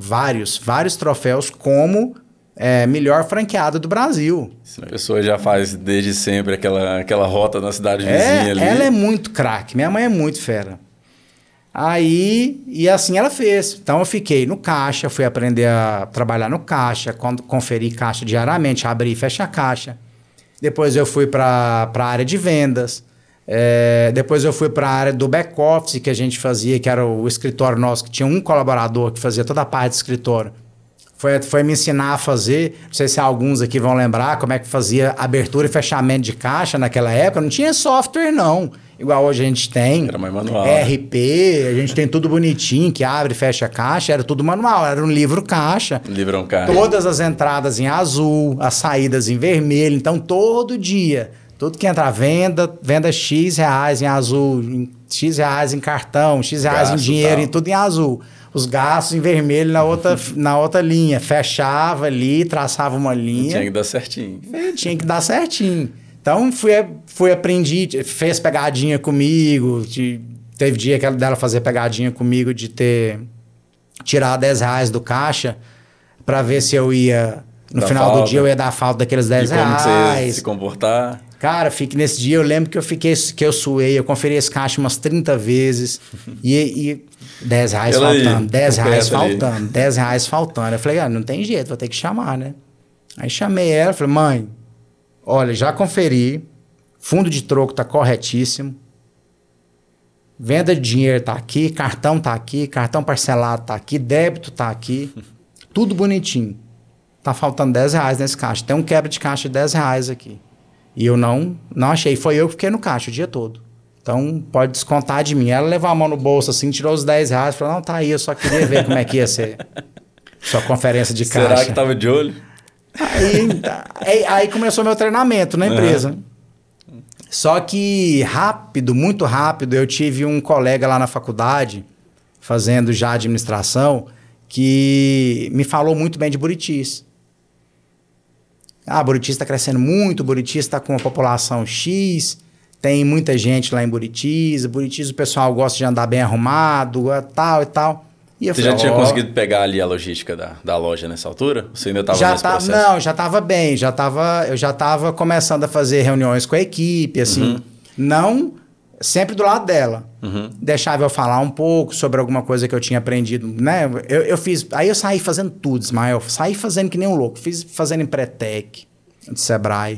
como melhor franqueada do Brasil. A pessoa já faz desde sempre aquela rota na cidade vizinha ali. Ela é muito craque, minha mãe é muito fera. Aí, e assim ela fez. Então eu fiquei no caixa, fui aprender a trabalhar no caixa, conferir caixa diariamente, abrir e fechar a caixa. Depois eu fui para a área de vendas. Depois eu fui para a área do back-office que a gente fazia, que era o escritório nosso, que tinha um colaborador que fazia toda a parte do escritório. Foi me ensinar a fazer, não sei se alguns aqui vão lembrar, como é que fazia abertura e fechamento de caixa naquela época. Não tinha software, não. Igual hoje a gente tem. Era mais manual. RP, a gente tem tudo bonitinho, que abre e fecha a caixa. Era tudo manual, era um livro caixa. Livrão caixa. Todas as entradas em azul, as saídas em vermelho. Então, todo dia, tudo que entra venda X reais em azul, X reais em cartão, X reais em dinheiro, e tudo em azul. Os gastos em vermelho na outra linha. Fechava ali, traçava uma linha. Tinha que dar certinho. Tinha que dar certinho. Então, aprendi, fez pegadinha comigo. Teve dia que dela fazer pegadinha comigo de tirar 10 reais do caixa para ver se eu ia... No final do dia eu ia dar falta daqueles 10 reais. Como você se comportar. Cara, nesse dia eu lembro que eu suei, eu conferi esse caixa umas 30 vezes e R$10 faltando, R$10 faltando. Eu falei, não tem jeito, vou ter que chamar, né? Aí chamei ela, falei, mãe, olha, já conferi, fundo de troco tá corretíssimo, venda de dinheiro tá aqui, cartão parcelado tá aqui, débito tá aqui, tudo bonitinho. Tá faltando R$10 nesse caixa, tem um quebra de caixa de R$10 aqui. E eu não achei. Foi eu que fiquei no caixa o dia todo. Então, pode descontar de mim. Ela levou a mão no bolso assim, tirou os R$10. Falou, não, tá aí, eu só queria ver como é que ia ser sua conferência de caixa. Será que tava de olho? Aí começou meu treinamento na empresa. Só que rápido, muito rápido, eu tive um colega lá na faculdade, fazendo já administração, que me falou muito bem de Buritis. Buritis está crescendo muito, Buritis está com uma população X, tem muita gente lá em Buritis o pessoal gosta de andar bem arrumado, tal e tal. E eu Você já tinha conseguido pegar ali a logística da loja nessa altura? Você ainda estava nesse processo? Não, já estava bem, eu já estava começando a fazer reuniões com a equipe, assim, não sempre do lado dela. Deixava eu falar um pouco sobre alguma coisa que eu tinha aprendido, né? Aí eu saí fazendo tudo, Ismael. Saí fazendo que nem um louco. Fazendo Empretec, de Sebrae.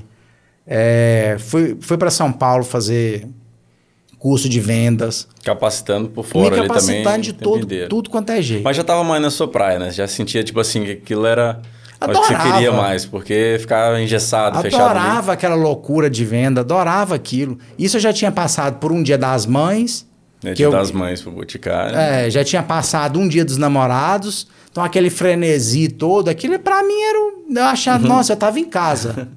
Fui para São Paulo fazer curso de vendas. Capacitando por fora ali também. Me capacitando de tudo quanto é jeito. Mas já estava mais na sua praia, né? Já sentia, tipo assim, que aquilo era... Mas você queria mais, porque ficava engessado, fechado. Adorava aquela loucura de venda, adorava aquilo. Isso eu já tinha passado por um Dia das Mães. Dia das Mães pro Boticário. Já tinha passado um Dia dos Namorados. Então aquele frenesi todo, aquilo pra mim era... Eu achava, nossa, eu tava em casa.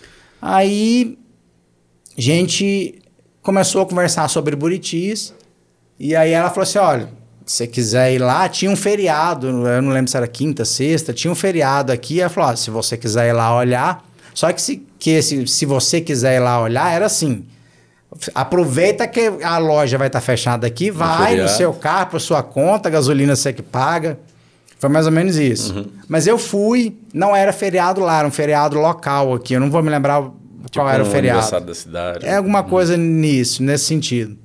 Aí, a gente começou a conversar sobre Buritis. E aí ela falou assim, olha... Se você quiser ir lá, tinha um feriado, eu não lembro se era quinta, sexta, tinha um feriado aqui, ela falou, se você quiser ir lá olhar, só que se você quiser ir lá olhar, era assim, aproveita que a loja vai estar fechada aqui, vai no seu carro, por sua conta, gasolina você que paga, foi mais ou menos isso. Mas eu fui, não era feriado lá, era um feriado local aqui, eu não vou me lembrar qual era o feriado. Aniversário da cidade. É alguma coisa nesse sentido.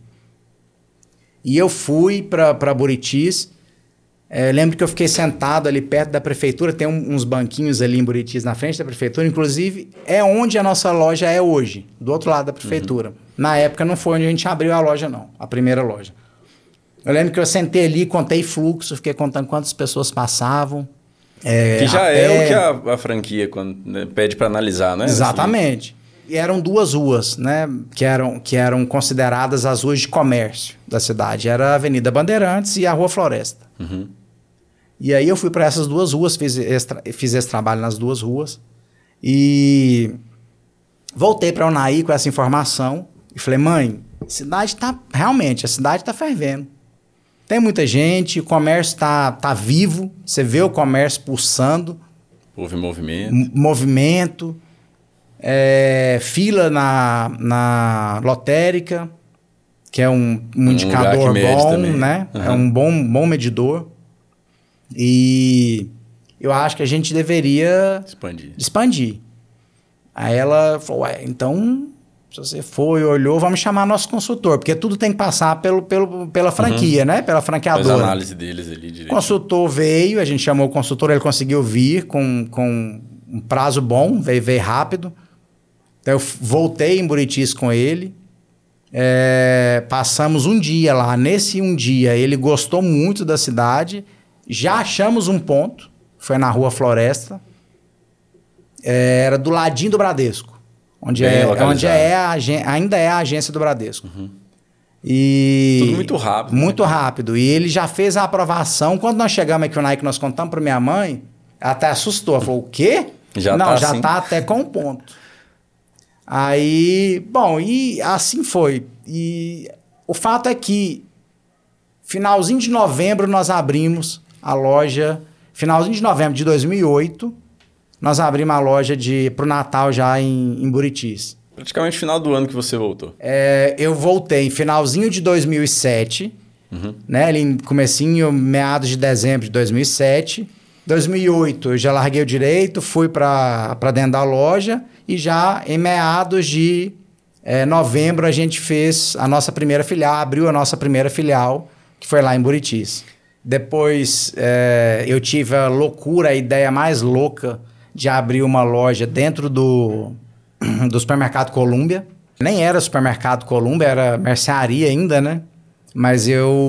E eu fui para Buritis. Lembro que eu fiquei sentado ali perto da prefeitura. Tem uns banquinhos ali em Buritis, na frente da prefeitura. Inclusive, é onde a nossa loja é hoje, do outro lado da prefeitura. Na época, não foi onde a gente abriu a loja, não. A primeira loja. Eu lembro que eu sentei ali, contei fluxo, fiquei contando quantas pessoas passavam. Que já é o que a franquia pede para analisar, né? Exatamente. E eram duas ruas, né? Que eram consideradas as ruas de comércio da cidade. Era a Avenida Bandeirantes e a Rua Floresta. E aí eu fui para essas duas ruas, fiz esse trabalho nas duas ruas. E voltei para Unai com essa informação. E falei, mãe, a cidade está fervendo. Tem muita gente, o comércio tá vivo. Você vê o comércio pulsando. Houve movimento. Movimento. Fila na lotérica, que é um indicador bom, também, né? É um bom medidor. E eu acho que a gente deveria expandir. Aí ela falou, então, se você foi e olhou, vamos chamar nosso consultor, porque tudo tem que passar pela franquia, né? Pela franqueadora. Faz a análise deles ali direito. O consultor veio, a gente chamou o consultor, ele conseguiu vir com um prazo bom, veio rápido. Então, eu voltei em Buritis com ele, passamos um dia lá. Nesse um dia, ele gostou muito da cidade, já achamos um ponto, foi na Rua Floresta, era do ladinho do Bradesco, onde ainda é a agência do Bradesco. E tudo muito rápido. Muito rápido. E ele já fez a aprovação. Quando nós chegamos aqui no Nike, nós contamos para minha mãe, ela até assustou, ela falou, o quê? Já tá até com um ponto. Aí, bom, e assim foi. E o fato é que finalzinho de novembro nós abrimos a loja, finalzinho de novembro de 2008, nós abrimos a loja pro Natal já em Buritis. Praticamente final do ano que você voltou. Eu voltei em finalzinho de 2007, né, ali em comecinho, meados de dezembro de 2007. 2008 eu já larguei o direito, fui para dentro da loja e já em meados de novembro a gente fez a nossa primeira filial, abriu a nossa primeira filial, que foi lá em Buritis. Depois eu tive a loucura, a ideia mais louca de abrir uma loja dentro do supermercado Colômbia. Nem era supermercado Colômbia, era mercearia ainda, né? Mas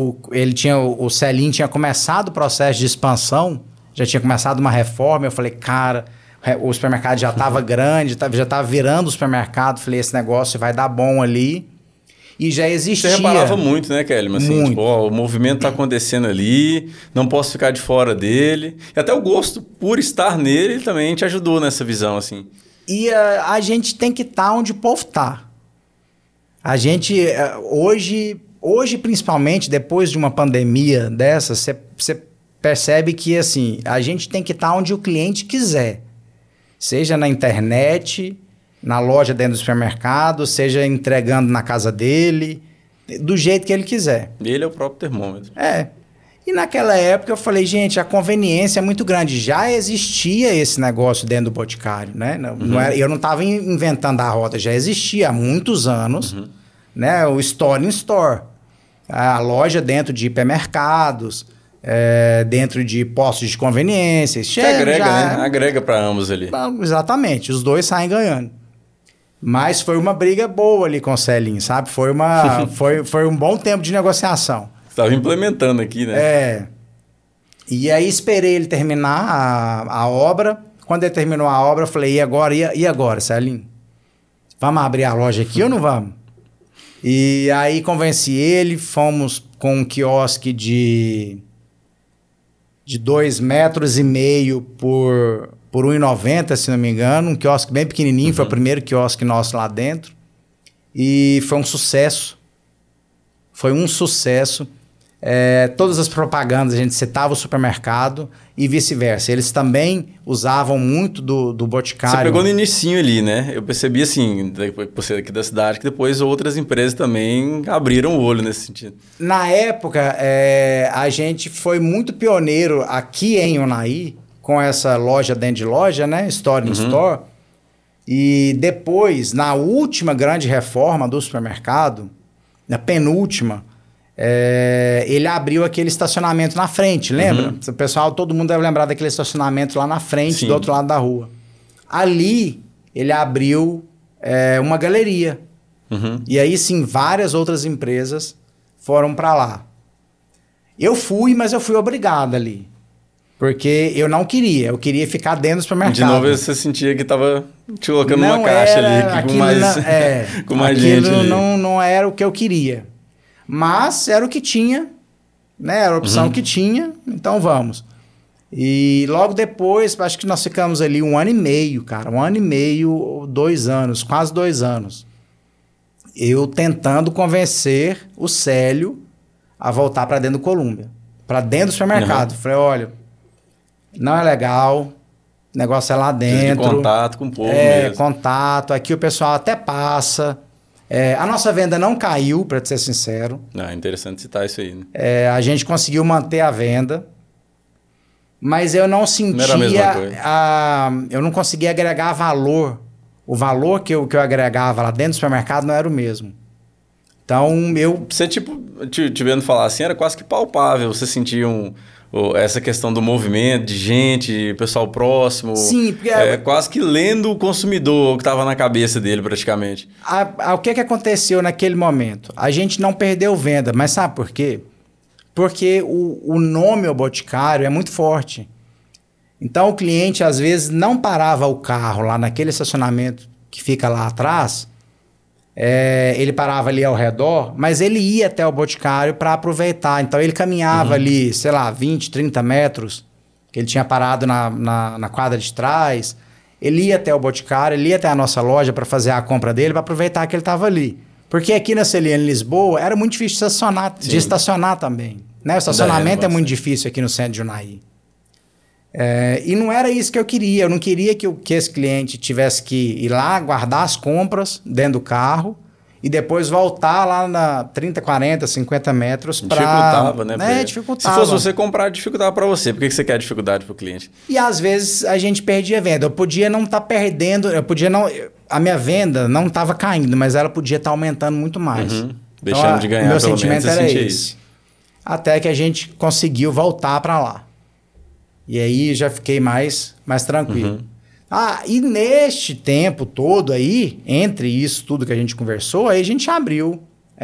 o Celinho tinha começado o processo de expansão, já tinha começado uma reforma. Eu falei, cara, o supermercado já estava grande, já estava virando o supermercado. Falei, esse negócio vai dar bom ali. E já existia. Você reparava muito, né, Kelly? Assim, muito. Tipo, o movimento está acontecendo ali, não posso ficar de fora dele. E até o gosto por estar nele também te ajudou nessa visão, assim. E a gente tem que estar onde o povo está. A gente, hoje, principalmente, depois de uma pandemia dessa, você percebe que, assim, a gente tem que estar onde o cliente quiser. Seja na internet, na loja dentro do supermercado, seja entregando na casa dele, do jeito que ele quiser. Ele é o próprio termômetro. E naquela época eu falei, gente, a conveniência é muito grande. Já existia esse negócio dentro do Boticário, né? Eu não estava inventando a roda, já existia há muitos anos, né? O Store in Store. A loja dentro de hipermercados, dentro de postos de conveniência. Agrega, né? Agrega para ambos ali. Exatamente, os dois saem ganhando. Mas foi uma briga boa ali com o Celinho, sabe? Foi um bom tempo de negociação. Você estava implementando aqui, né? E aí esperei ele terminar a obra. Quando ele terminou a obra, eu falei, e agora, Celinho? Vamos abrir a loja aqui ou não vamos? E aí convenci ele, fomos com um quiosque de 2,5 metros por 1,90, se não me engano, um quiosque bem pequenininho, foi o primeiro quiosque nosso lá dentro, e foi um sucesso. Todas as propagandas, a gente citava o supermercado e vice-versa. Eles também usavam muito do Boticário. Você pegou no inicinho ali, né? Eu percebi assim, por ser aqui da cidade, que depois outras empresas também abriram o olho nesse sentido. Na época, a gente foi muito pioneiro aqui em Unai, com essa loja dentro de loja, né? Store in Store. E depois, na última grande reforma do supermercado, na penúltima, ele abriu aquele estacionamento na frente, lembra? O pessoal, todo mundo deve lembrar daquele estacionamento lá na frente, Sim. do outro lado da rua. Ali, ele abriu uma galeria. E aí, sim, várias outras empresas foram para lá. Eu fui, mas eu fui obrigado ali. Porque eu não queria, eu queria ficar dentro do supermercado. De novo você sentia que estava te colocando numa caixa ali, com mais gente ali. Não era o que eu queria. Mas era o que tinha, né? Era a opção que tinha, então vamos. E logo depois, acho que nós ficamos ali 1 ano e meio, cara. 1 ano e meio, 2 anos, quase 2 anos. Eu tentando convencer o Célio a voltar para dentro do Colômbia. Para dentro do supermercado. Falei, olha... Não é legal, o negócio é lá dentro. De contato com o povo mesmo. Contato, aqui o pessoal até passa. A nossa venda não caiu, para ser sincero. É interessante citar isso aí, né? A gente conseguiu manter a venda, mas eu não sentia... Não era a mesma coisa. Eu não conseguia agregar valor. O valor que eu agregava lá dentro do supermercado não era o mesmo. Então, Você, tipo, te vendo falar assim, era quase que palpável. Você sentia essa questão do movimento, de gente, pessoal próximo. Sim, porque... quase que lendo o consumidor, o que estava na cabeça dele, praticamente. O que aconteceu naquele momento? A gente não perdeu venda, mas sabe por quê? Porque o nome O Boticário é muito forte. Então, o cliente, às vezes, não parava o carro lá naquele estacionamento que fica lá atrás... ele parava ali ao redor, mas ele ia até o Boticário para aproveitar. Então ele caminhava ali, sei lá, 20, 30 metros, que ele tinha parado na quadra de trás. Ele ia até o Boticário, ele ia até a nossa loja para fazer a compra dele, para aproveitar que ele estava ali. Porque aqui na Celiane, em Lisboa, era muito difícil de estacionar também. Né? O estacionamento é muito difícil aqui no centro de Unai. E não era isso que eu queria. Eu não queria que esse cliente tivesse que ir lá, guardar as compras dentro do carro e depois voltar lá na 30, 40, 50 metros para... Dificultava, né? Dificultava. Se fosse você comprar, dificultava para você. Por que você quer dificuldade para o cliente? E às vezes a gente perdia a venda. Eu podia não estar perdendo, eu podia não... a minha venda não estava caindo, mas ela podia estar aumentando muito mais. Deixando de ganhar, meu pelo sentimento menos, era sentia esse. isso. Até que a gente conseguiu voltar para lá. E aí já fiquei mais tranquilo. E neste tempo todo aí, entre isso tudo que a gente conversou, aí a gente abriu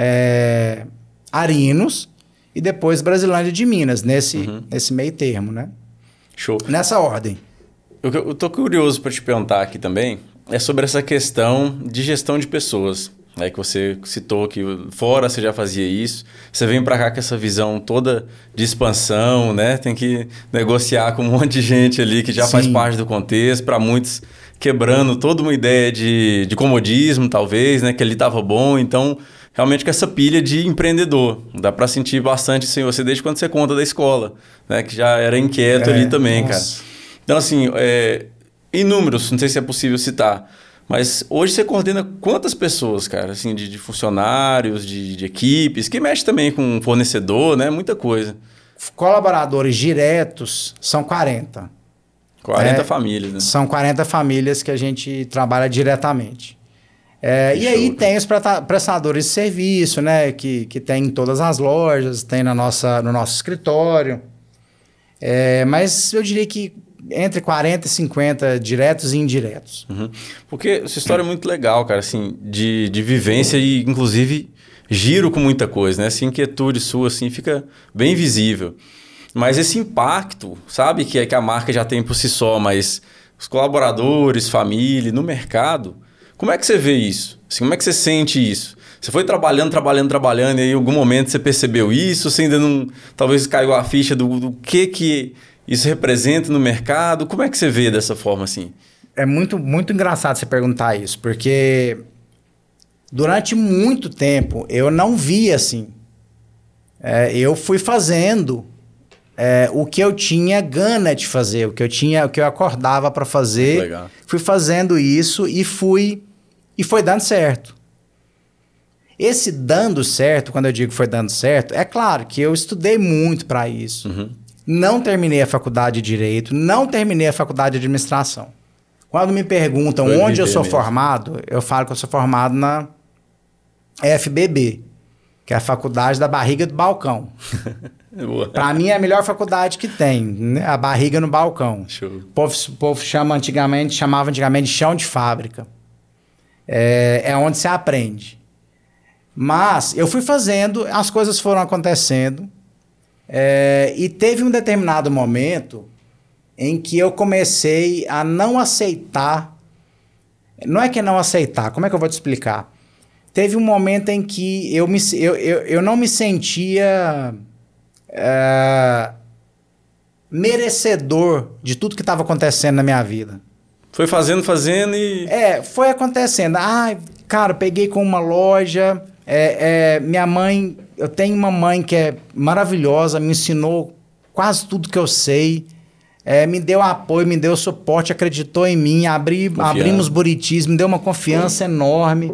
Arinos e depois Brasilândia de Minas, nesse meio termo, né? Show. Nessa ordem. Eu tô curioso para te perguntar aqui também, é sobre essa questão de gestão de pessoas. Que você citou que fora você já fazia isso, você vem para cá com essa visão toda de expansão, né? Tem que negociar com um monte de gente ali que já faz parte do contexto, para muitos quebrando toda uma ideia de comodismo, talvez, né? Que ali estava bom, então realmente com essa pilha de empreendedor. Dá para sentir bastante isso em você desde quando você conta da escola, né? Que já era inquieto ali também, cara. Então assim, em números, não sei se é possível citar, mas hoje você coordena quantas pessoas, cara? Assim, de funcionários, de equipes, que mexe também com fornecedor, né? Muita coisa. Colaboradores diretos são 40. 40 famílias, né? São 40 famílias que a gente trabalha diretamente. E aí tem os prestadores de serviço, né? Que tem em todas as lojas, tem no nosso escritório. Mas eu diria que entre 40 e 50 diretos e indiretos. Porque essa história é muito legal, cara, assim, de vivência e, inclusive, giro com muita coisa, né? Essa inquietude sua, assim, fica bem visível. Mas esse impacto, sabe, que a marca já tem por si só, mas os colaboradores, família, no mercado, como é que você vê isso? Assim, como é que você sente isso? Você foi trabalhando, e aí em algum momento você percebeu isso? Você ainda não, talvez caiu a ficha do que isso representa no mercado? Como é que você vê dessa forma assim? É muito, muito engraçado você perguntar isso, porque durante muito tempo eu não via assim. Eu fui fazendo o que eu tinha gana de fazer, o que eu acordava para fazer. Legal. Fui fazendo isso e foi dando certo. Esse dando certo, quando eu digo foi dando certo, é claro que eu estudei muito para isso. Não terminei a faculdade de Direito, não terminei a faculdade de Administração. Quando me perguntam onde eu sou formado, eu falo que eu sou formado na FBB, que é a Faculdade da Barriga do Balcão. Para mim é a melhor faculdade que tem, né? A barriga no balcão. Show. O povo chamava antigamente de chão de fábrica. É onde se aprende. Mas eu fui fazendo, as coisas foram acontecendo. E teve um determinado momento em que eu comecei a não aceitar. Não é que não aceitar, como é que eu vou te explicar? Teve um momento em que eu não me sentia merecedor de tudo que estava acontecendo na minha vida. Foi fazendo e... Foi acontecendo. Cara, peguei com uma loja... minha mãe, eu tenho uma mãe que é maravilhosa, me ensinou quase tudo que eu sei, me deu apoio, me deu suporte, acreditou em mim, abrimos Buritis, me deu uma confiança enorme.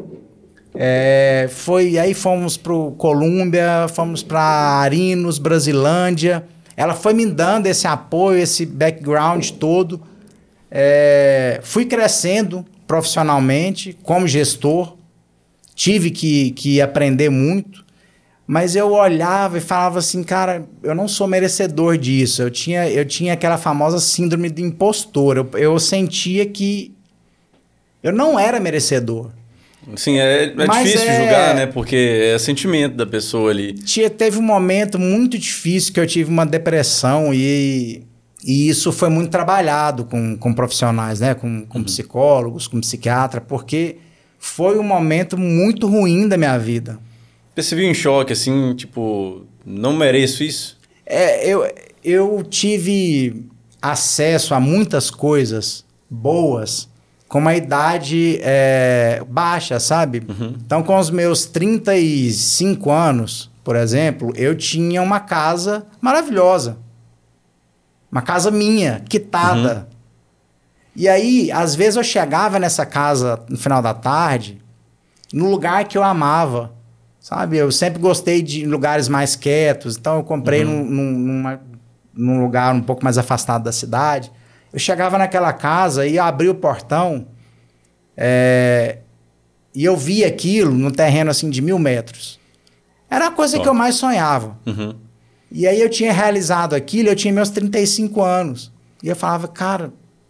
Aí fomos pro Colômbia, fomos para Arinos, Brasilândia. Ela foi me dando esse apoio, esse background todo. Fui crescendo profissionalmente como gestor. Tive que aprender muito, mas eu olhava e falava assim, cara, eu não sou merecedor disso. Eu tinha aquela famosa síndrome do impostor. Eu sentia que eu não era merecedor. Sim, é difícil julgar, né? Porque é sentimento da pessoa ali. Teve um momento muito difícil que eu tive uma depressão e isso foi muito trabalhado com profissionais, né? Com psicólogos, com psiquiatra, porque... foi um momento muito ruim da minha vida. Você viu em choque, assim, tipo, não mereço isso? Eu tive acesso a muitas coisas boas com uma idade baixa, sabe? Então, com os meus 35 anos, por exemplo, eu tinha uma casa maravilhosa. Uma casa minha, quitada. E aí, às vezes eu chegava nessa casa no final da tarde, no lugar que eu amava, sabe? Eu sempre gostei de lugares mais quietos, então eu comprei num lugar um pouco mais afastado da cidade. Eu chegava naquela casa e abria o portão E eu vi aquilo no terreno assim de 1.000 metros. Era a coisa que eu mais sonhava. Uhum. E aí eu tinha realizado aquilo, eu tinha meus 35 anos. E eu falava, cara,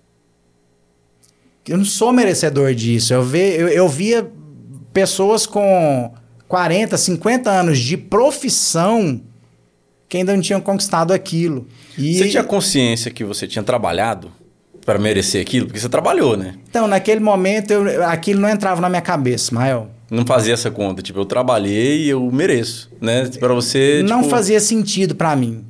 eu não sou merecedor disso. Eu via pessoas com 40, 50 anos de profissão que ainda não tinham conquistado aquilo. E... Você tinha consciência que você tinha trabalhado para merecer aquilo? Porque você trabalhou, né? Então, naquele momento, aquilo não entrava na minha cabeça, Ismael. Não fazia essa conta. Tipo, eu trabalhei e eu mereço, né? Para você, não fazia sentido para mim.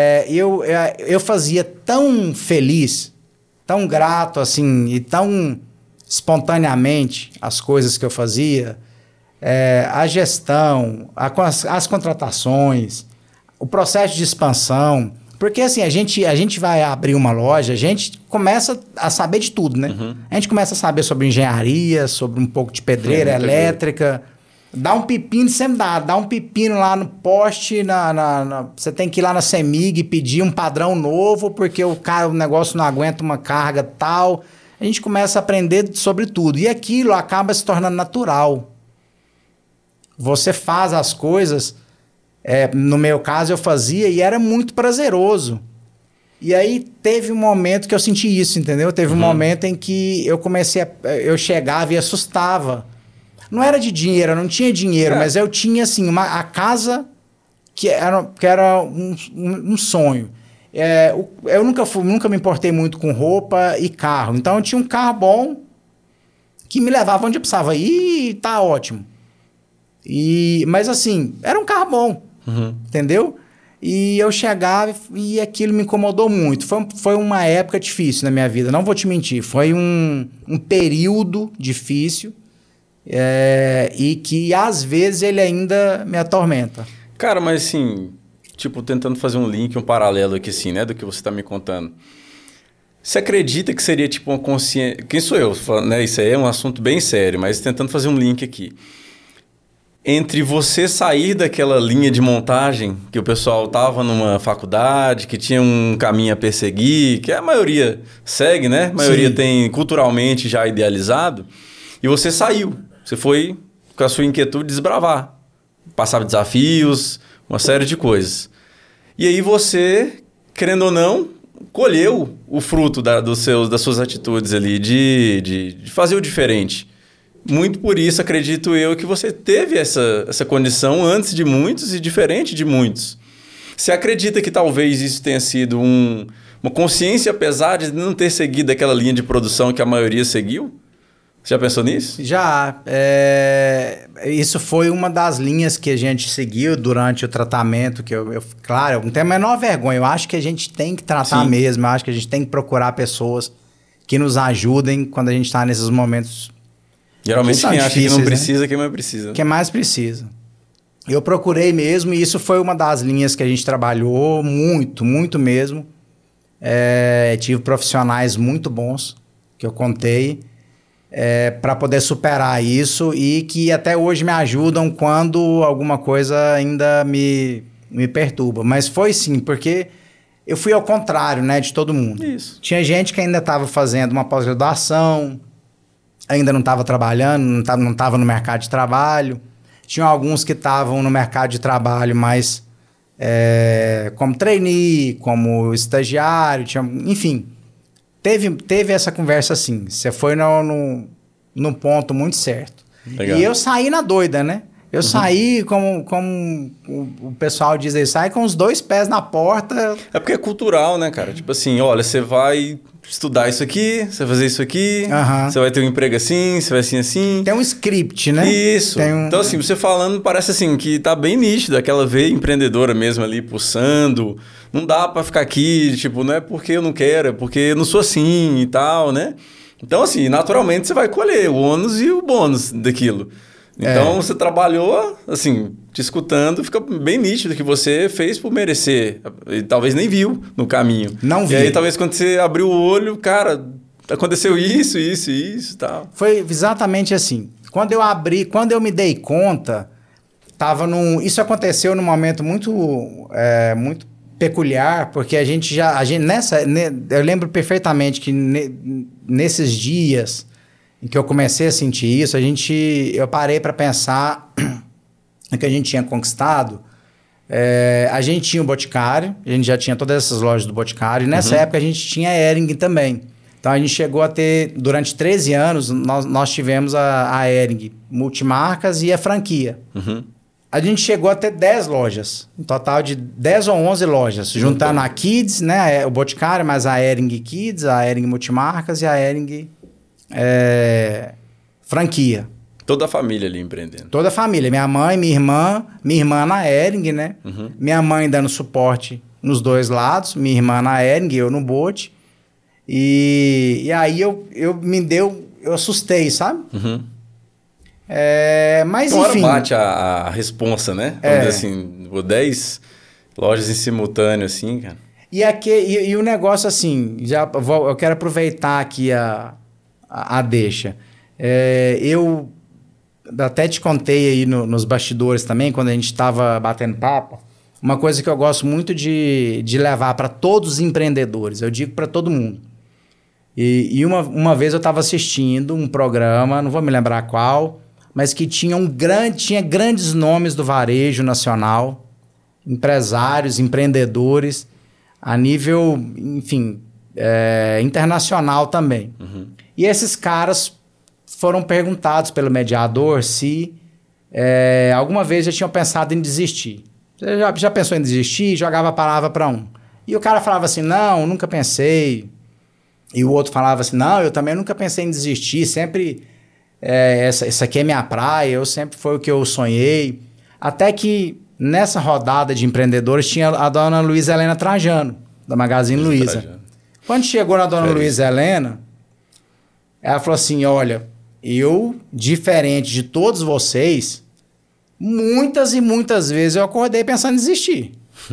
Eu fazia tão feliz, tão grato, assim, e tão espontaneamente as coisas que eu fazia. A gestão, as contratações, o processo de expansão. Porque assim, a gente vai abrir uma loja, a gente começa a saber de tudo, né? Uhum. A gente começa a saber sobre engenharia, sobre um pouco de pedreira, elétrica. Dá um pepino, sempre dá um pepino lá no poste, você tem que ir lá na CEMIG e pedir um padrão novo, porque o negócio não aguenta uma carga tal. A gente começa a aprender sobre tudo. E aquilo acaba se tornando natural. Você faz as coisas... no meu caso eu fazia e era muito prazeroso. E aí teve um momento que eu senti isso, entendeu? Teve um momento em que eu chegava e assustava. Não era de dinheiro, eu não tinha dinheiro, mas eu tinha assim, a casa que era um sonho. Eu nunca me importei muito com roupa e carro. Então eu tinha um carro bom que me levava onde eu precisava ir e tá ótimo. Mas assim, era um carro bom. Entendeu? E eu chegava e aquilo me incomodou muito. Foi uma época difícil na minha vida, não vou te mentir. Foi um período difícil e que às vezes ele ainda me atormenta. Cara, mas assim, tipo, tentando fazer um link, um paralelo aqui assim, né, do que você está me contando. Você acredita que seria tipo uma consciência... Quem sou eu? Né? Isso aí é um assunto bem sério, mas tentando fazer um link aqui. Entre você sair daquela linha de montagem que o pessoal estava numa faculdade, que tinha um caminho a perseguir, que a maioria segue, né? A maioria tem culturalmente já idealizado, e você saiu. Você foi com a sua inquietude desbravar, passava desafios, uma série de coisas. E aí você, querendo ou não, colheu o fruto das suas atitudes ali de fazer o diferente. Muito por isso, acredito eu, que você teve essa condição antes de muitos e diferente de muitos. Você acredita que talvez isso tenha sido uma consciência, apesar de não ter seguido aquela linha de produção que a maioria seguiu? Você já pensou nisso? Já. Isso foi uma das linhas que a gente seguiu durante o tratamento, que claro, eu não tenho a menor vergonha. Eu acho que a gente tem que tratar mesmo, eu acho que a gente tem que procurar pessoas que nos ajudem quando a gente está nesses momentos. Geralmente quem acha que não precisa, quem mais precisa. Quem mais precisa. Eu procurei mesmo e isso foi uma das linhas que a gente trabalhou muito, muito mesmo. Tive profissionais muito bons que eu contei para poder superar isso e que até hoje me ajudam quando alguma coisa ainda me perturba. Mas foi sim, porque eu fui ao contrário, né, de todo mundo. Isso. Tinha gente que ainda estava fazendo uma pós-graduação, ainda não estava trabalhando, não estava no mercado de trabalho. Tinha alguns que estavam no mercado de trabalho, mas como trainee, como estagiário, enfim. Teve essa conversa assim. Você foi no ponto muito certo. Legal. E eu saí na doida, né? Eu saí, como o pessoal diz aí, sai com os 2 pés na porta. É porque é cultural, né, cara? Tipo assim, olha, você vai estudar isso aqui, você vai fazer isso aqui, você vai ter um emprego assim, você vai assim. Tem um script, né? Isso. Então, assim, você falando, parece assim, que tá bem nítido, aquela veia empreendedora mesmo ali, pulsando. Não dá pra ficar aqui, tipo, não é porque eu não quero, é porque eu não sou assim e tal, né? Então, assim, naturalmente você vai colher o ônus e o bônus daquilo. Então, você trabalhou, assim, te escutando, fica bem nítido que você fez por merecer. E talvez nem viu no caminho. Não vi. E aí, talvez quando você abriu o olho, cara, aconteceu isso e tal. Foi exatamente assim. Quando eu me dei conta, isso aconteceu num momento muito peculiar, porque eu lembro perfeitamente que nesses dias em que eu comecei a sentir isso, eu parei para pensar no que a gente tinha conquistado. A gente tinha o Boticário, a gente já tinha todas essas lojas do Boticário, e nessa época a gente tinha a Hering também. Então a gente chegou a ter, durante 13 anos, nós tivemos a Hering multimarcas e a franquia. A gente chegou a ter 10 lojas, um total de 10 ou 11 lojas, juntando a Kids, né, o Boticário, mais a Hering Kids, a Hering multimarcas e a Hering franquia. Toda a família ali empreendendo. Toda a família. Minha mãe, minha irmã na Hering, né? Minha mãe dando suporte nos dois lados, minha irmã na Hering, eu no Bote. E aí eu assustei, sabe? Mas uma enfim... hora bate a responsa, né? Vamos dizer assim, 10 lojas em simultâneo, assim, cara. E o negócio, assim, eu quero aproveitar aqui a deixa. Eu até te contei aí nos bastidores também, quando a gente estava batendo papo, uma coisa que eu gosto muito de levar para todos os empreendedores, eu digo para todo mundo. E uma vez eu estava assistindo um programa, não vou me lembrar qual, mas que tinha grandes nomes do varejo nacional, empresários, empreendedores, a nível, enfim, internacional também. E esses caras foram perguntados pelo mediador se alguma vez já tinham pensado em desistir. Você já pensou em desistir? Jogava a palavra para um. E o cara falava assim, não, nunca pensei. E o outro falava assim, não, eu também nunca pensei em desistir, sempre, essa aqui é minha praia, sempre foi o que eu sonhei. Até que nessa rodada de empreendedores tinha a dona Luísa Helena Trajano, da Magazine Luiza. Quando chegou na dona Luísa Helena, ela falou assim, olha, eu, diferente de todos vocês, muitas e muitas vezes eu acordei pensando em desistir.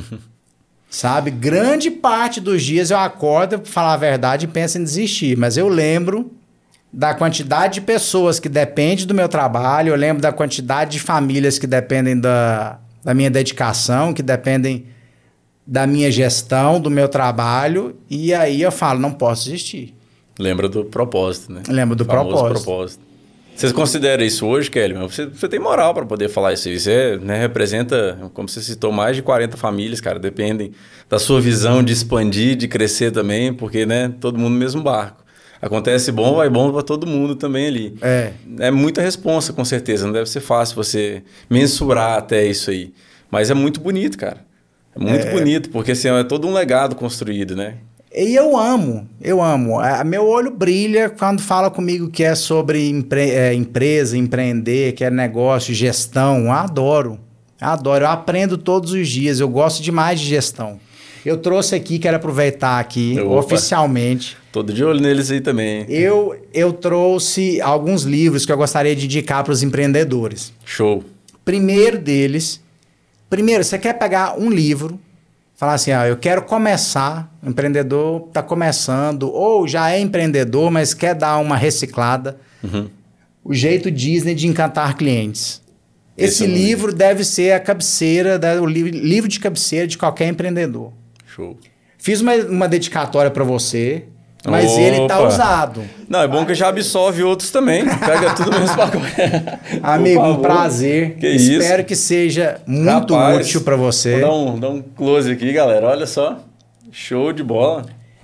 Sabe? Grande parte dos dias eu acordo, pra falar a verdade, e penso em desistir. Mas eu lembro da quantidade de pessoas que dependem do meu trabalho, eu lembro da quantidade de famílias que dependem da minha dedicação, que dependem da minha gestão, do meu trabalho, e aí eu falo, não posso desistir. Lembra do propósito, né? Lembro do propósito. Você considera isso hoje, Kelly? Você tem moral para poder falar isso. Você, né, representa, como você citou, mais de 40 famílias, cara. Dependem da sua visão de expandir, de crescer também, porque, né, todo mundo no mesmo barco. Acontece bom, vai bom para todo mundo também ali. É muita responsa, com certeza. Não deve ser fácil você mensurar até isso aí. Mas é muito bonito, cara. É muito bonito, porque assim, é todo um legado construído, né? E eu amo. Meu olho brilha quando fala comigo que é sobre empresa, empreender, que é negócio, gestão. Eu adoro. Eu aprendo todos os dias. Eu gosto demais de gestão. Eu trouxe aqui, quero aproveitar aqui, oficialmente. Tô de olho neles aí também. Eu trouxe alguns livros que eu gostaria de indicar para os empreendedores. Show. Primeiro, você quer pegar um livro, falar assim, eu quero começar, o empreendedor está começando, ou já é empreendedor, mas quer dar uma reciclada. O jeito Disney de encantar clientes. Esse livro deve ser a cabeceira, o livro de cabeceira de qualquer empreendedor. Show. Fiz uma dedicatória para você, mas ele tá usado. Não, é bom que já absorve outros também. Pega tudo mesmo pacote. Amigo, um prazer. Espero que seja muito útil para você. Vou dar um close aqui, galera. Olha só. Show de bola.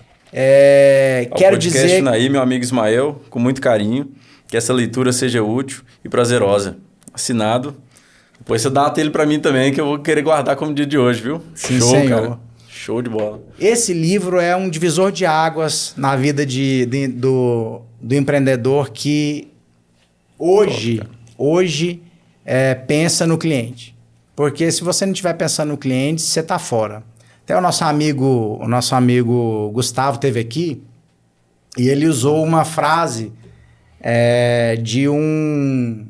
Quero dizer... aí, meu amigo Ismael, com muito carinho, que essa leitura seja útil e prazerosa. Assinado. Depois você data ele para mim também, que eu vou querer guardar como dia de hoje, viu? Sim, show, senhor. Cara. Show de bola. Esse livro é um divisor de águas na vida do empreendedor que hoje pensa no cliente. Porque se você não estiver pensando no cliente, você está fora. Até o nosso amigo Gustavo esteve aqui e ele usou uma frase de um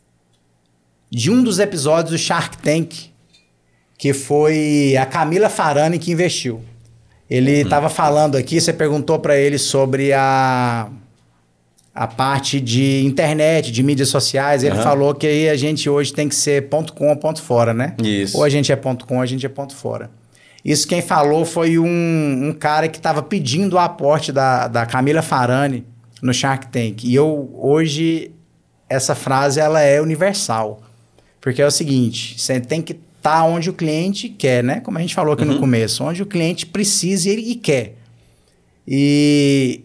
dos episódios do Shark Tank, que foi a Camila Farani que investiu. Ele estava falando aqui, você perguntou para ele sobre a parte de internet, de mídias sociais. Ele falou que aí a gente hoje tem que ser .com ou ponto fora, né? Isso. Ou a gente é .com ou a gente é ponto fora. Isso quem falou foi um cara que estava pedindo o aporte da Camila Farani no Shark Tank. E hoje, essa frase ela é universal. Porque é o seguinte, você tem que estar onde o cliente quer, né? Como a gente falou aqui no começo, onde o cliente precisa e quer. E,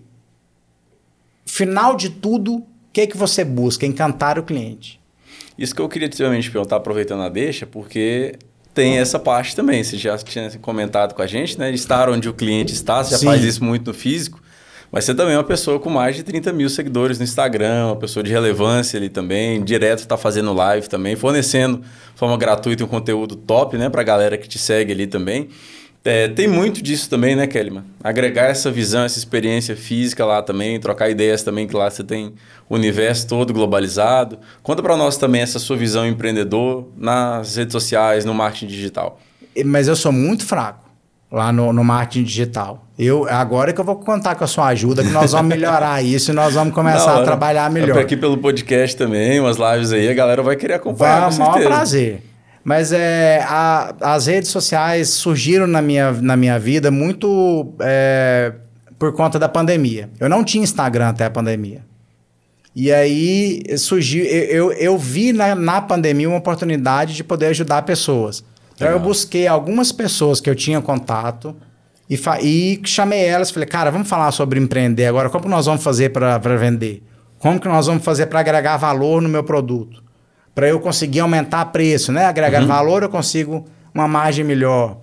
final de tudo, o que você busca? Encantar o cliente. Isso que eu queria realmente perguntar, aproveitando a deixa, porque tem essa parte também. Você já tinha comentado com a gente, né? Estar onde o cliente está, você já faz isso muito no físico. Mas você também é uma pessoa com mais de 30 mil seguidores no Instagram, uma pessoa de relevância ali também, direto está fazendo live também, fornecendo de forma gratuita um conteúdo top, né, para a galera que te segue ali também. Tem muito disso também, né, Kellyman? Agregar essa visão, essa experiência física lá também, trocar ideias também, que lá você tem o universo todo globalizado. Conta para nós também essa sua visão empreendedor nas redes sociais, no marketing digital. Mas eu sou muito fraco lá no marketing digital. Agora que eu vou contar com a sua ajuda, que nós vamos melhorar isso e nós vamos começar a trabalhar melhor. Aqui pelo podcast também, umas lives aí, a galera vai querer acompanhar, com certeza. Maior prazer. Mas as redes sociais surgiram na minha vida muito por conta da pandemia. Eu não tinha Instagram até a pandemia. E aí surgiu, eu vi na pandemia uma oportunidade de poder ajudar pessoas. Então eu busquei algumas pessoas que eu tinha contato e chamei elas e falei, cara, vamos falar sobre empreender agora. Como que nós vamos fazer para vender? Como que nós vamos fazer para agregar valor no meu produto? Para eu conseguir aumentar preço, né? Agregar valor, eu consigo uma margem melhor.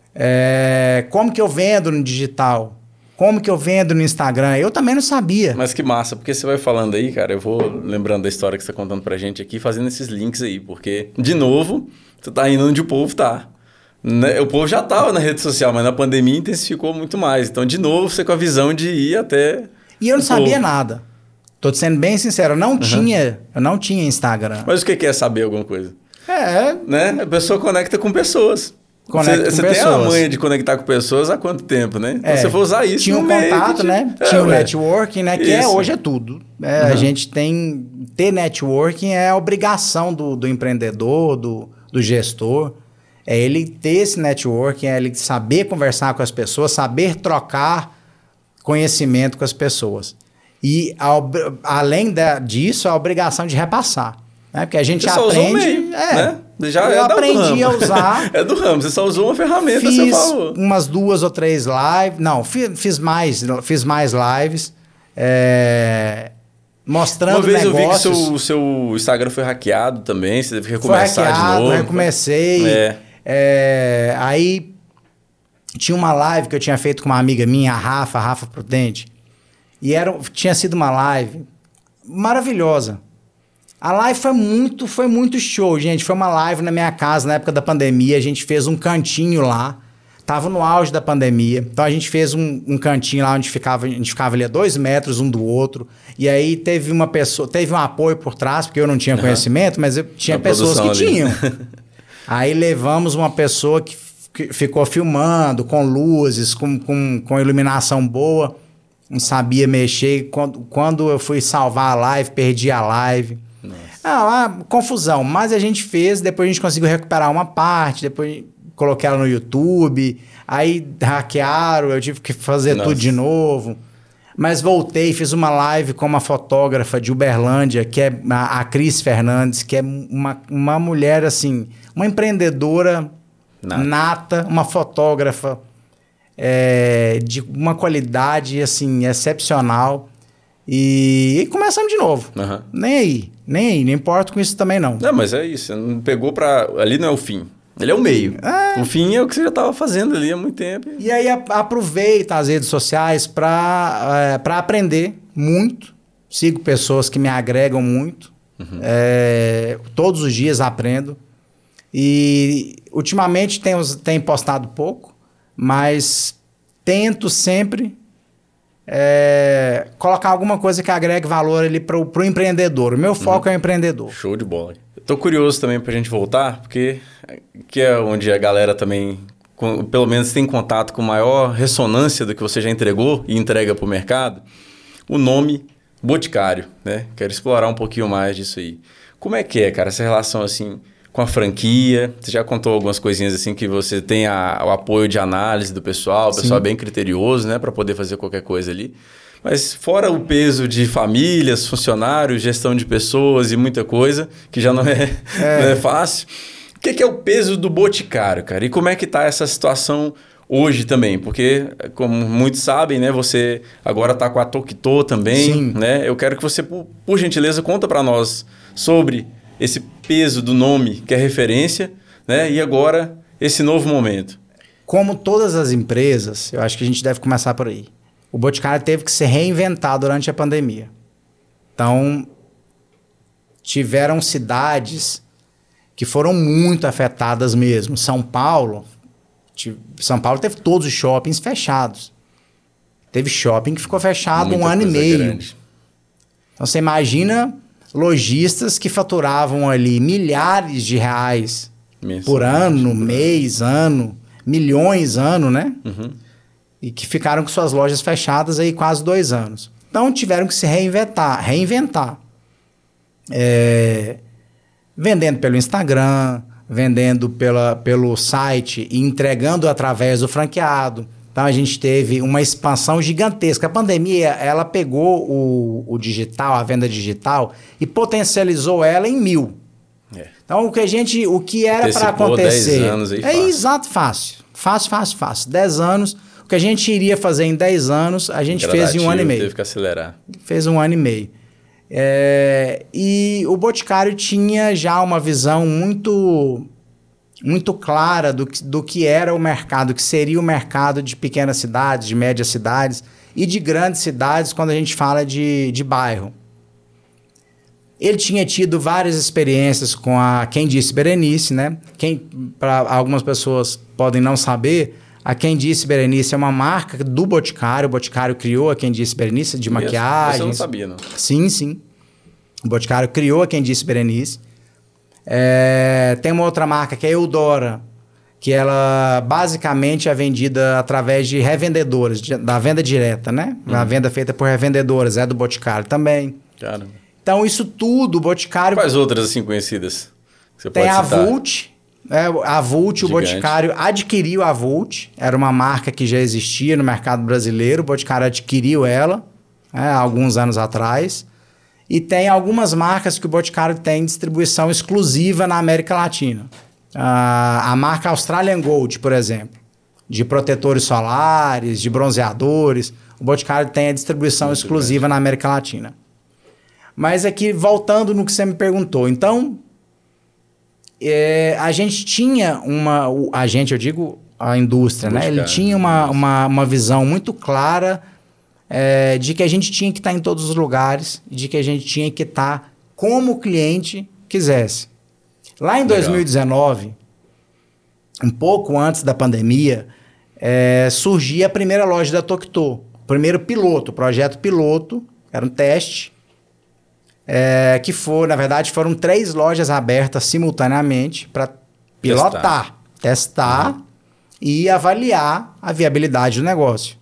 Como que eu vendo no digital? Como que eu vendo no Instagram? Eu também não sabia. Mas que massa, porque você vai falando aí, cara, eu vou lembrando da história que você está contando pra gente aqui, fazendo esses links aí, porque, de novo, você tá indo onde o povo tá. O povo já estava na rede social, mas na pandemia intensificou muito mais. Então, de novo, você com a visão de ir até... E eu não sabia nada. Tô sendo bem sincero, eu não tinha Instagram. Mas o que é saber alguma coisa? Né? A pessoa conecta com pessoas. Você tem a manha de conectar com pessoas há quanto tempo, né? Então você for usar isso. Tinha um contato, né? Tinha o networking, né? Que hoje é tudo. A gente ter networking é a obrigação do empreendedor, do gestor. É ele ter esse networking, é ele saber conversar com as pessoas, saber trocar conhecimento com as pessoas. E além disso, a obrigação de repassar. Né? Porque a gente aprende... né? Eu aprendi a usar. É do ramo, você só usou uma ferramenta, você falou. Umas 2 ou 3 lives. Não, fiz mais lives. Mostrando negócios. Uma vez eu vi que o seu Instagram foi hackeado também, você teve que recomeçar de novo. Eu recomecei. Aí tinha uma live que eu tinha feito com uma amiga minha, a Rafa Prudente. E tinha sido uma live maravilhosa. A live foi muito show, gente. Foi uma live na minha casa, na época da pandemia. A gente fez um cantinho lá. Tava no auge da pandemia. Então, a gente fez um cantinho lá onde a gente ficava ali a 2 metros um do outro. E aí, teve um apoio por trás, porque eu não tinha conhecimento, mas tinha pessoas que tinham. Aí, levamos uma pessoa que ficou filmando com luzes, com iluminação boa. Não sabia mexer. Quando eu fui salvar a live, perdi a live. Confusão. Mas a gente fez, depois a gente conseguiu recuperar uma parte, depois coloquei ela no YouTube, aí hackearam, eu tive que fazer tudo de novo. Mas voltei, fiz uma live com uma fotógrafa de Uberlândia, que é a Cris Fernandes, que é uma mulher, assim, uma empreendedora nata, uma fotógrafa de uma qualidade, assim, excepcional. E começamos de novo. Nem aí, não importa com isso também não. Não, mas é isso, você não pegou ali não é o fim. Ele é o meio. O fim é o que você já estava fazendo ali há muito tempo. E aí aproveita as redes sociais para aprender muito. Sigo pessoas que me agregam muito. Todos os dias aprendo. E ultimamente tenho postado pouco, mas tento sempre colocar alguma coisa que agregue valor ali para o empreendedor. O meu foco é o empreendedor. Show de bola. Tô curioso também pra gente voltar, porque que é onde a galera também, pelo menos, tem contato com maior ressonância do que você já entregou e entrega pro mercado, o nome Boticário, né? Quero explorar um pouquinho mais disso aí. Como é que cara, essa relação assim com a franquia? Você já contou algumas coisinhas assim que você tem o apoio de análise do pessoal, o pessoal é bem criterioso, né? Pra poder fazer qualquer coisa ali. Mas fora o peso de famílias, funcionários, gestão de pessoas e muita coisa, que já não é fácil. O que é o peso do Boticário, cara? E como é que tá essa situação hoje também? Porque, como muitos sabem, né? Você agora tá com a Tocto também, Sim. né? Eu quero que você, por gentileza, conta para nós sobre esse peso do nome que é referência, né? E agora, esse novo momento. Como todas as empresas, eu acho que a gente deve começar por aí. O Boticário teve que se reinventar durante a pandemia. Então, tiveram cidades que foram muito afetadas mesmo. São Paulo teve todos os shoppings fechados. Teve shopping que ficou fechado Muita 1 ano e coisa meio. grande. Então, você imagina lojistas que faturavam ali milhares de reais por ano, mês, ano, milhões ano, né? Uhum. E que ficaram com suas lojas fechadas aí quase 2 anos. Então tiveram que se reinventar. Vendendo pelo Instagram, vendendo pelo site e entregando através do franqueado. Então a gente teve uma expansão gigantesca. A pandemia, ela pegou o digital, a venda digital, e potencializou ela em 1000. Então o que era para acontecer... 10 anos aí fácil. Exato, fácil. 10 anos... O que a gente iria fazer em 10 anos, a gente fez em 1 ano e meio. Teve que acelerar. Fez 1 ano e meio. E o Boticário tinha já uma visão muito clara do que era o mercado, que seria o mercado de pequenas cidades, de médias cidades e de grandes cidades quando a gente fala de bairro. Ele tinha tido várias experiências com a Quem Disse Berenice, né? Para algumas pessoas podem não saber... A Quem Disse Berenice é uma marca do Boticário. O Boticário criou a Quem Disse Berenice de maquiagens. Eu não sabia, não. Sim. O Boticário criou a Quem Disse Berenice. Tem uma outra marca que é a Eudora, que ela basicamente é vendida através de revendedoras, da venda direta, né? A venda feita por revendedoras, é do Boticário também. Caramba. Então isso tudo, o Boticário... Quais outras assim conhecidas? Que você tem pode a citar? Vult... a Vult, o Boticário adquiriu a Vult, era uma marca que já existia no mercado brasileiro, o Boticário adquiriu ela há alguns anos atrás, e tem algumas marcas que o Boticário tem distribuição exclusiva na América Latina. A marca Australian Gold, por exemplo, de protetores solares, de bronzeadores, o Boticário tem a distribuição muito exclusiva na América Latina. Mas aqui, voltando no que você me perguntou, então... a gente tinha eu digo a indústria, né? Ele tinha uma visão muito clara de que a gente tinha que estar em todos os lugares, de que a gente tinha que estar como o cliente quisesse. Lá em 2019, um pouco antes da pandemia, surgia a primeira loja da Tocto, o primeiro piloto, o projeto piloto, era um teste, que na verdade foram 3 lojas abertas simultaneamente para pilotar, testar e avaliar a viabilidade do negócio.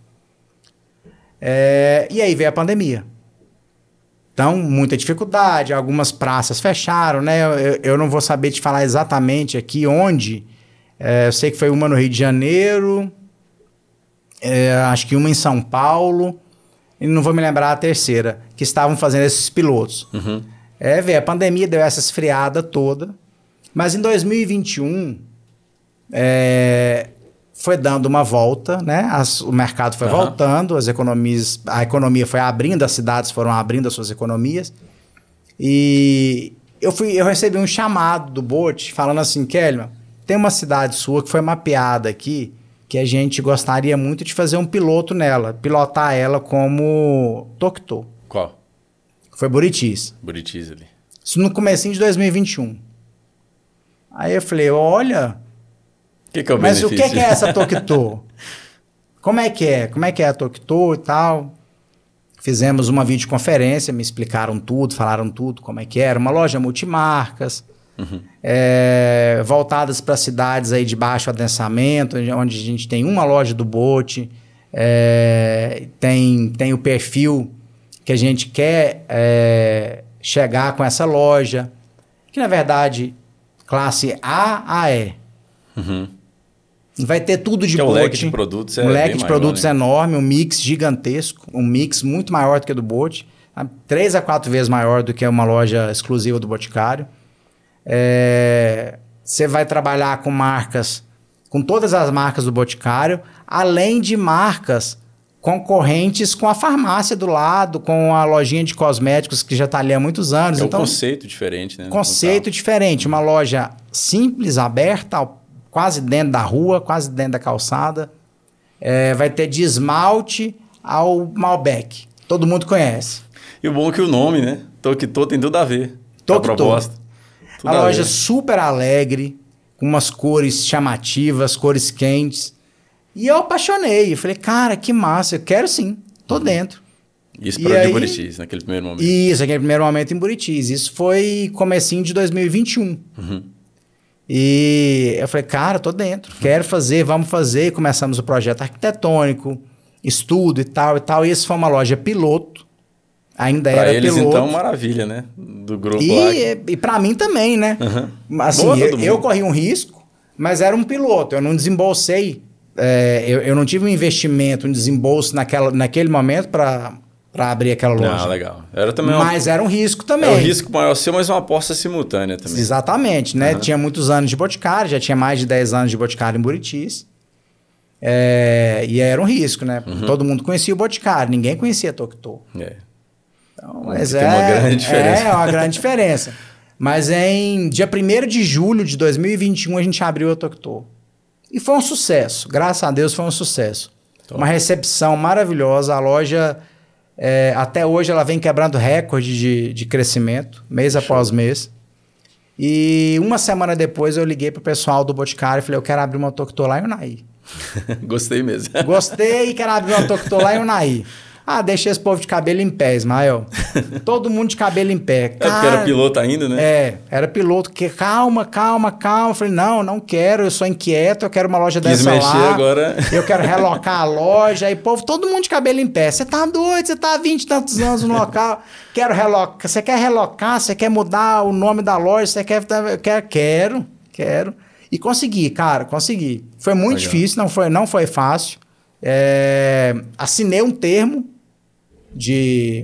E aí veio a pandemia. Então, muita dificuldade, algumas praças fecharam, né? Eu não vou saber te falar exatamente aqui onde. Eu sei que foi uma no Rio de Janeiro, acho que uma em São Paulo, e não vou me lembrar a terceira, que estavam fazendo esses pilotos. Uhum. A pandemia deu essa esfriada toda, mas em 2021 foi dando uma volta, né? O mercado foi voltando, a economia foi abrindo, as cidades foram abrindo as suas economias, e eu recebi um chamado do Bote falando assim: Kellyman, tem uma cidade sua que foi mapeada aqui, que a gente gostaria muito de fazer um piloto nela, pilotar ela como Tocto. Qual? Foi Buritis. Buritis ali. Isso no comecinho de 2021. Aí eu falei, olha... Mas o que é essa Tocto? Como é que é? Como é que é a Tocto e tal? Fizemos uma videoconferência, me explicaram tudo, falaram tudo, como é que era. Uma loja multimarcas, voltadas para cidades aí de baixo adensamento, onde a gente tem uma loja do Bote, tem o perfil que a gente quer chegar com essa loja, que na verdade classe A a E. Vai ter tudo de bote. bote. O leque de produtos é um leque de maior, produtos né? enorme, um mix gigantesco, um mix muito maior do que o do bote, 3 a 4 vezes maior do que uma loja exclusiva do Boticário. Você vai trabalhar com marcas, com todas as marcas do Boticário, além de marcas concorrentes com a farmácia do lado, com a lojinha de cosméticos que já está ali há muitos anos. É um então, conceito diferente, né? Conceito diferente. Uma loja simples, aberta, quase dentro da rua, quase dentro da calçada. Vai ter de esmalte ao Malbec. Todo mundo conhece. E o bom é que o nome, né? Tokito tem tudo a ver. Com a proposta. A loja super alegre, com umas cores chamativas, cores quentes. E eu apaixonei. Eu falei, cara, que massa, eu quero sim, tô dentro. Isso para de Buritis, naquele primeiro momento. Isso, naquele primeiro momento em Buritis. Isso foi comecinho de 2021. E eu falei, cara, tô dentro, quero fazer, vamos fazer. E começamos o projeto arquitetônico, estudo e tal e tal. E isso foi uma loja piloto. Ainda pra era eles, piloto. então, maravilha, né? Do grupo lá. E para mim também, né? Assim, eu corri um risco, mas era um piloto. Eu não desembolsei. Eu não tive um investimento, um desembolso naquele momento para abrir aquela loja. Ah, legal. Mas era um risco também. É um risco maior seu, mas uma aposta simultânea também. Exatamente, né? Tinha muitos anos de Boticário, já tinha mais de 10 anos de Boticário em Buritis. E era um risco, né? Todo mundo conhecia o Boticário, ninguém conhecia a Tokito. Então, mas tem uma grande diferença. É uma grande diferença. Mas em dia 1º de julho de 2021 a gente abriu a Tokito. E foi um sucesso. Graças a Deus foi um sucesso. Uma recepção maravilhosa. A loja, até hoje, ela vem quebrando recorde de crescimento, mês após mês. E uma semana depois eu liguei pro pessoal do Boticário e falei, eu quero abrir uma Tokito lá em Unai. Gostei mesmo. Gostei e quero abrir uma Tokito lá em Unai. Deixa esse povo de cabelo em pé, Ismael. Todo mundo de cabelo em pé. Cara, porque era piloto ainda, né? Era piloto. Calma. Eu falei, não quero, eu sou inquieto, eu quero uma loja dessa lá. Quis mexer agora. Eu quero relocar a loja. Aí, povo, todo mundo de cabelo em pé. Você tá doido, você tá há 20 e tantos anos no local. Quero relocar. Você quer relocar, você quer mudar o nome da loja, você quer... Quero. E consegui, cara, consegui. Foi muito difícil, não foi fácil. Assinei um termo de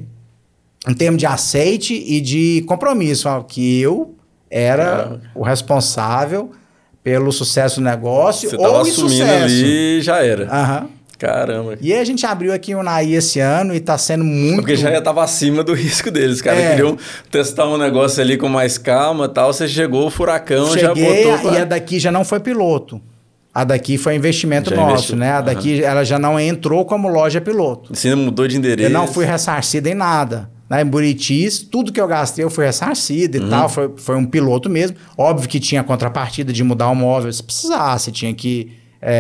aceite e de compromisso, que eu era o responsável pelo sucesso do negócio. Você estava assumindo ali e já era. Caramba. E aí a gente abriu aqui em Unai esse ano e está sendo muito... Porque já estava acima do risco deles. Os caras queriam testar um negócio ali com mais calma e tal. Você chegou, o furacão já botou... E a daqui já não foi piloto. A daqui foi investimento nosso, né? A daqui ela já não entrou como loja piloto. Você mudou de endereço. Eu não fui ressarcido em nada. Em Buritis, tudo que eu gastei eu fui ressarcido e tal. Foi um piloto mesmo. Óbvio que tinha contrapartida de mudar o móvel se precisasse. Tinha que...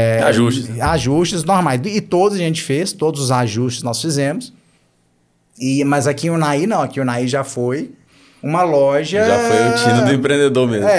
Ajustes normais. E todos a gente fez, todos os ajustes nós fizemos. Mas aqui em Unai não. Aqui em Unai já foi uma loja... Já foi o tino do empreendedor mesmo.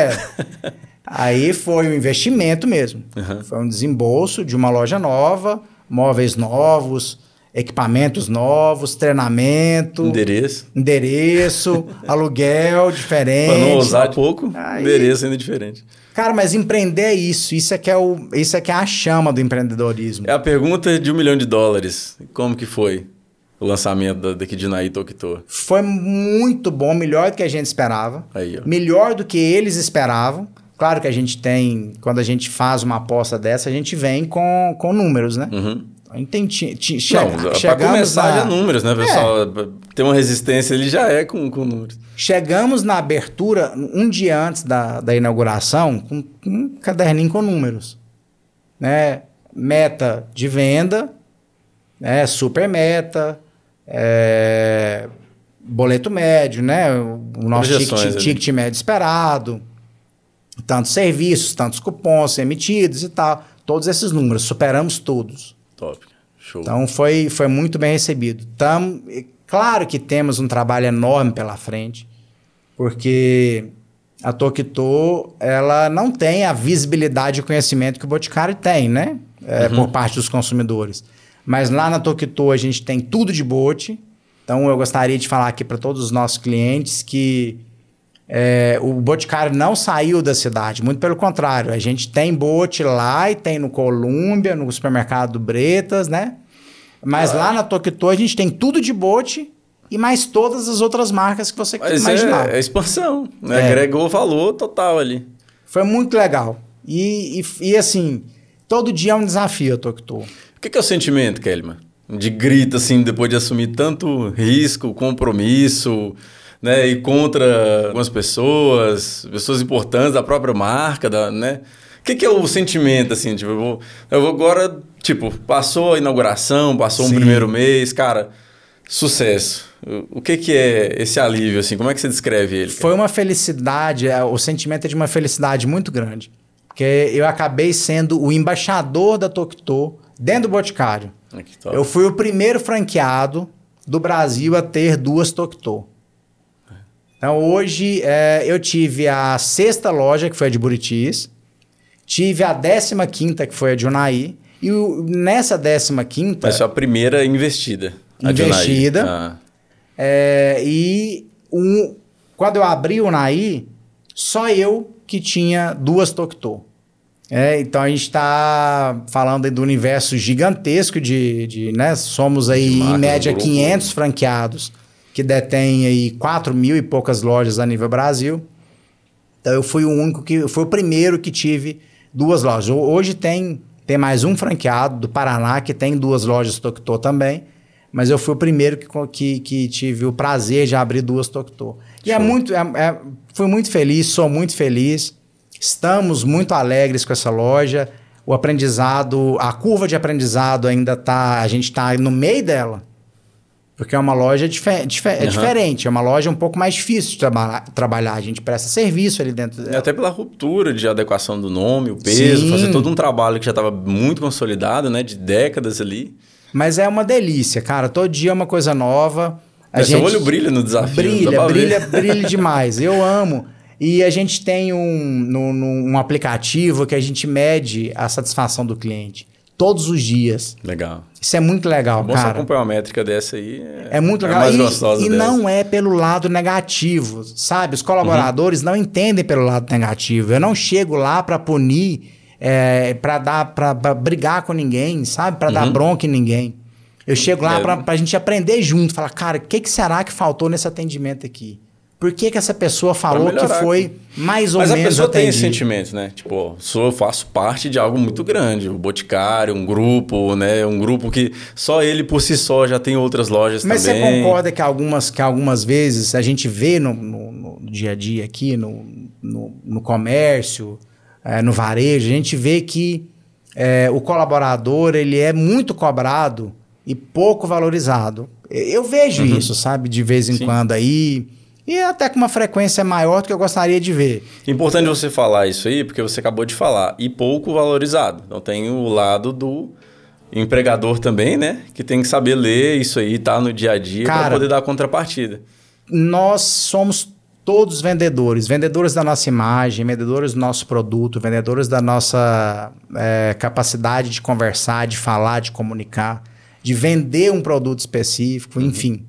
Aí foi um investimento mesmo. Foi um desembolso de uma loja nova, móveis novos, equipamentos novos, treinamento... Endereço, aluguel diferente. Para não ousar pouco, endereço ainda diferente. Cara, mas empreender é isso. Isso é que é a chama do empreendedorismo. É a pergunta de $1 milhão. Como que foi o lançamento daqui de Unai Tokito? Foi muito bom, melhor do que a gente esperava. Melhor do que eles esperavam. Claro que a gente tem, quando a gente faz uma aposta dessa, a gente vem com números, né? A gente para começar já números, né, pessoal? Ter uma resistência ele já é com números. Chegamos na abertura, um dia antes da inauguração, com um caderninho com números. Né? Meta de venda, super meta, boleto médio, né? O nosso ticket médio esperado, tantos serviços, tantos cupons emitidos e tal. Todos esses números, superamos todos. Top, show. Então foi muito bem recebido. Claro que temos um trabalho enorme pela frente, porque a Tokito, ela não tem a visibilidade e o conhecimento que o Boticário tem, né? Por parte dos consumidores. Mas lá na Tokito a gente tem tudo de bote. Então eu gostaria de falar aqui para todos os nossos clientes que O Boticário não saiu da cidade, muito pelo contrário. A gente tem bote lá e tem no Colômbia, no supermercado do Bretas, né? Mas lá na Tokito a gente tem tudo de bote e mais todas as outras marcas que você imaginar. É expansão, né? Agregou valor total ali. Foi muito legal. E assim, todo dia é um desafio a Tokito. O que é o sentimento, Kellyman? De grito, assim, depois de assumir tanto risco, compromisso, né? E contra algumas pessoas importantes da própria marca, né? O que é o sentimento, assim? Tipo, eu vou agora, tipo, passou a inauguração, passou um primeiro mês, cara, sucesso. O que é esse alívio, assim? Como é que você descreve ele? Foi uma felicidade, o sentimento é de uma felicidade muito grande. Porque eu acabei sendo o embaixador da Tokito dentro do Boticário. Eu fui o primeiro franqueado do Brasil a ter 2 Tokito. Então, hoje, eu tive a 6ª loja, que foi a de Buritis. Tive a 15ª, que foi a de Unai. E nessa 15ª... Essa é a primeira investida. Quando eu abri o Unai, só eu que tinha 2 Tokito. Então a gente está falando aí do universo gigantesco né? Somos aí em média 500 franqueados que detêm aí 4.000 e poucas lojas a nível Brasil. Então eu fui o primeiro que tive 2 lojas. Hoje tem mais um franqueado do Paraná que tem 2 lojas Tokito também, mas eu fui o primeiro que tive o prazer de abrir 2 Tokito. E fui muito feliz, sou muito feliz. Estamos muito alegres com essa loja. O aprendizado, a curva de aprendizado ainda a gente está no meio dela. Porque é uma loja diferente, é uma loja um pouco mais difícil de trabalhar. A gente presta serviço ali dentro dela. Até pela ruptura de adequação do nome, o peso, fazer todo um trabalho que já estava muito consolidado, né? De décadas ali. Mas é uma delícia, cara. Todo dia é uma coisa nova. Seu olho brilha no desafio. Brilha demais. Eu amo. E a gente tem um aplicativo que a gente mede a satisfação do cliente todos os dias. Legal. Isso é muito legal, cara. Você acompanhar uma métrica dessa aí é muito legal. Mais gostosa e não é pelo lado negativo, sabe? Os colaboradores não entendem pelo lado negativo. Eu não chego lá para punir, para brigar com ninguém, sabe? Para dar bronca em ninguém. Eu chego lá para a gente aprender junto. Falar, cara, o que será que faltou nesse atendimento aqui? Por que essa pessoa falou que foi mais ou menos Mas a pessoa atendido? tem esse sentimento, né? Tipo, eu faço parte de algo muito grande. O Boticário, um grupo, né? Um grupo que só ele por si só já tem outras lojas Mas também. Mas você concorda que algumas vezes a gente vê no dia a dia aqui, no comércio, no varejo, a gente vê que o colaborador ele é muito cobrado e pouco valorizado. Eu vejo isso, sabe? De vez em quando aí... E até com uma frequência maior do que eu gostaria de ver. Importante você falar isso aí, porque você acabou de falar. E pouco valorizado. Então tem o lado do empregador também, né? Que tem que saber ler isso aí, tá no dia a dia, para poder dar a contrapartida. Nós somos todos vendedores. Vendedores da nossa imagem, vendedores do nosso produto, vendedores da nossa capacidade de conversar, de falar, de comunicar, de vender um produto específico, enfim.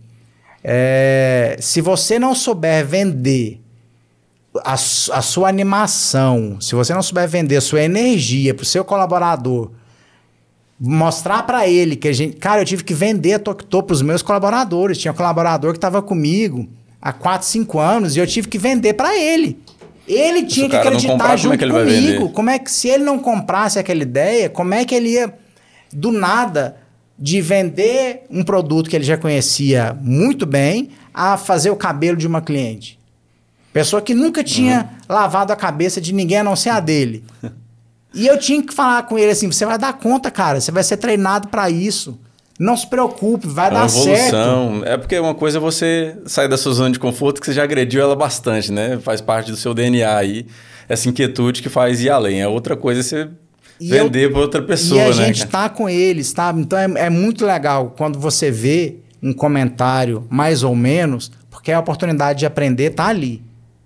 Se você não souber vender a sua animação, se você não souber vender a sua energia para o seu colaborador, mostrar para ele que eu tive que vender a Tokito para os meus colaboradores. Tinha um colaborador que estava comigo há 4, 5 anos e eu tive que vender para ele. Ele tinha que acreditar junto comigo. Como é que, se ele não comprasse aquela ideia, como é que ele ia, do nada, de vender um produto que ele já conhecia muito bem a fazer o cabelo de uma cliente? Pessoa que nunca tinha lavado a cabeça de ninguém a não ser a dele. E eu tinha que falar com ele assim, você vai dar conta, cara, você vai ser treinado para isso. Não se preocupe, vai dar certo. É porque uma coisa é você sair da sua zona de conforto, que você já agrediu ela bastante, né? Faz parte do seu DNA aí, essa inquietude que faz ir além. A outra coisa é você vender para outra pessoa, né? E a gente tá com eles, tá? Então é muito legal quando você vê um comentário mais ou menos, porque a oportunidade de aprender tá ali.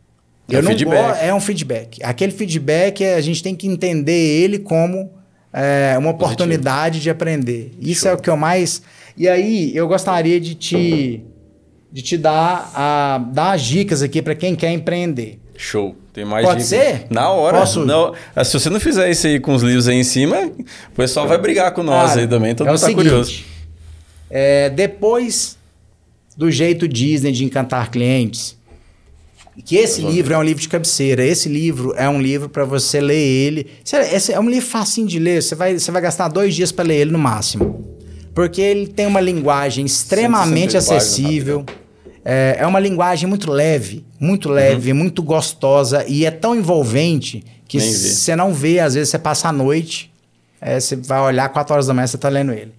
É um feedback. Aquele feedback a gente tem que entender ele como uma oportunidade de aprender. Isso é o que eu mais... E aí eu gostaria de de te dar as dicas aqui para quem quer empreender. Show. Tem mais Pode dicas. ser? Na hora. Posso? Não, se você não fizer isso aí com os livros aí em cima, o pessoal vai brigar com nós Cara, aí também. Todo é mundo o tá seguinte, curioso. Depois do jeito Disney de encantar clientes, que esse livro é um livro de cabeceira. Esse livro é um livro para você ler ele. Esse é um livro facinho de ler. Você vai gastar 2 dias para ler ele no máximo. Porque ele tem uma linguagem extremamente acessível. É uma linguagem muito leve, muito gostosa. E é tão envolvente que você não vê. Às vezes você passa a noite, você vai olhar 4 horas da manhã, você está lendo ele.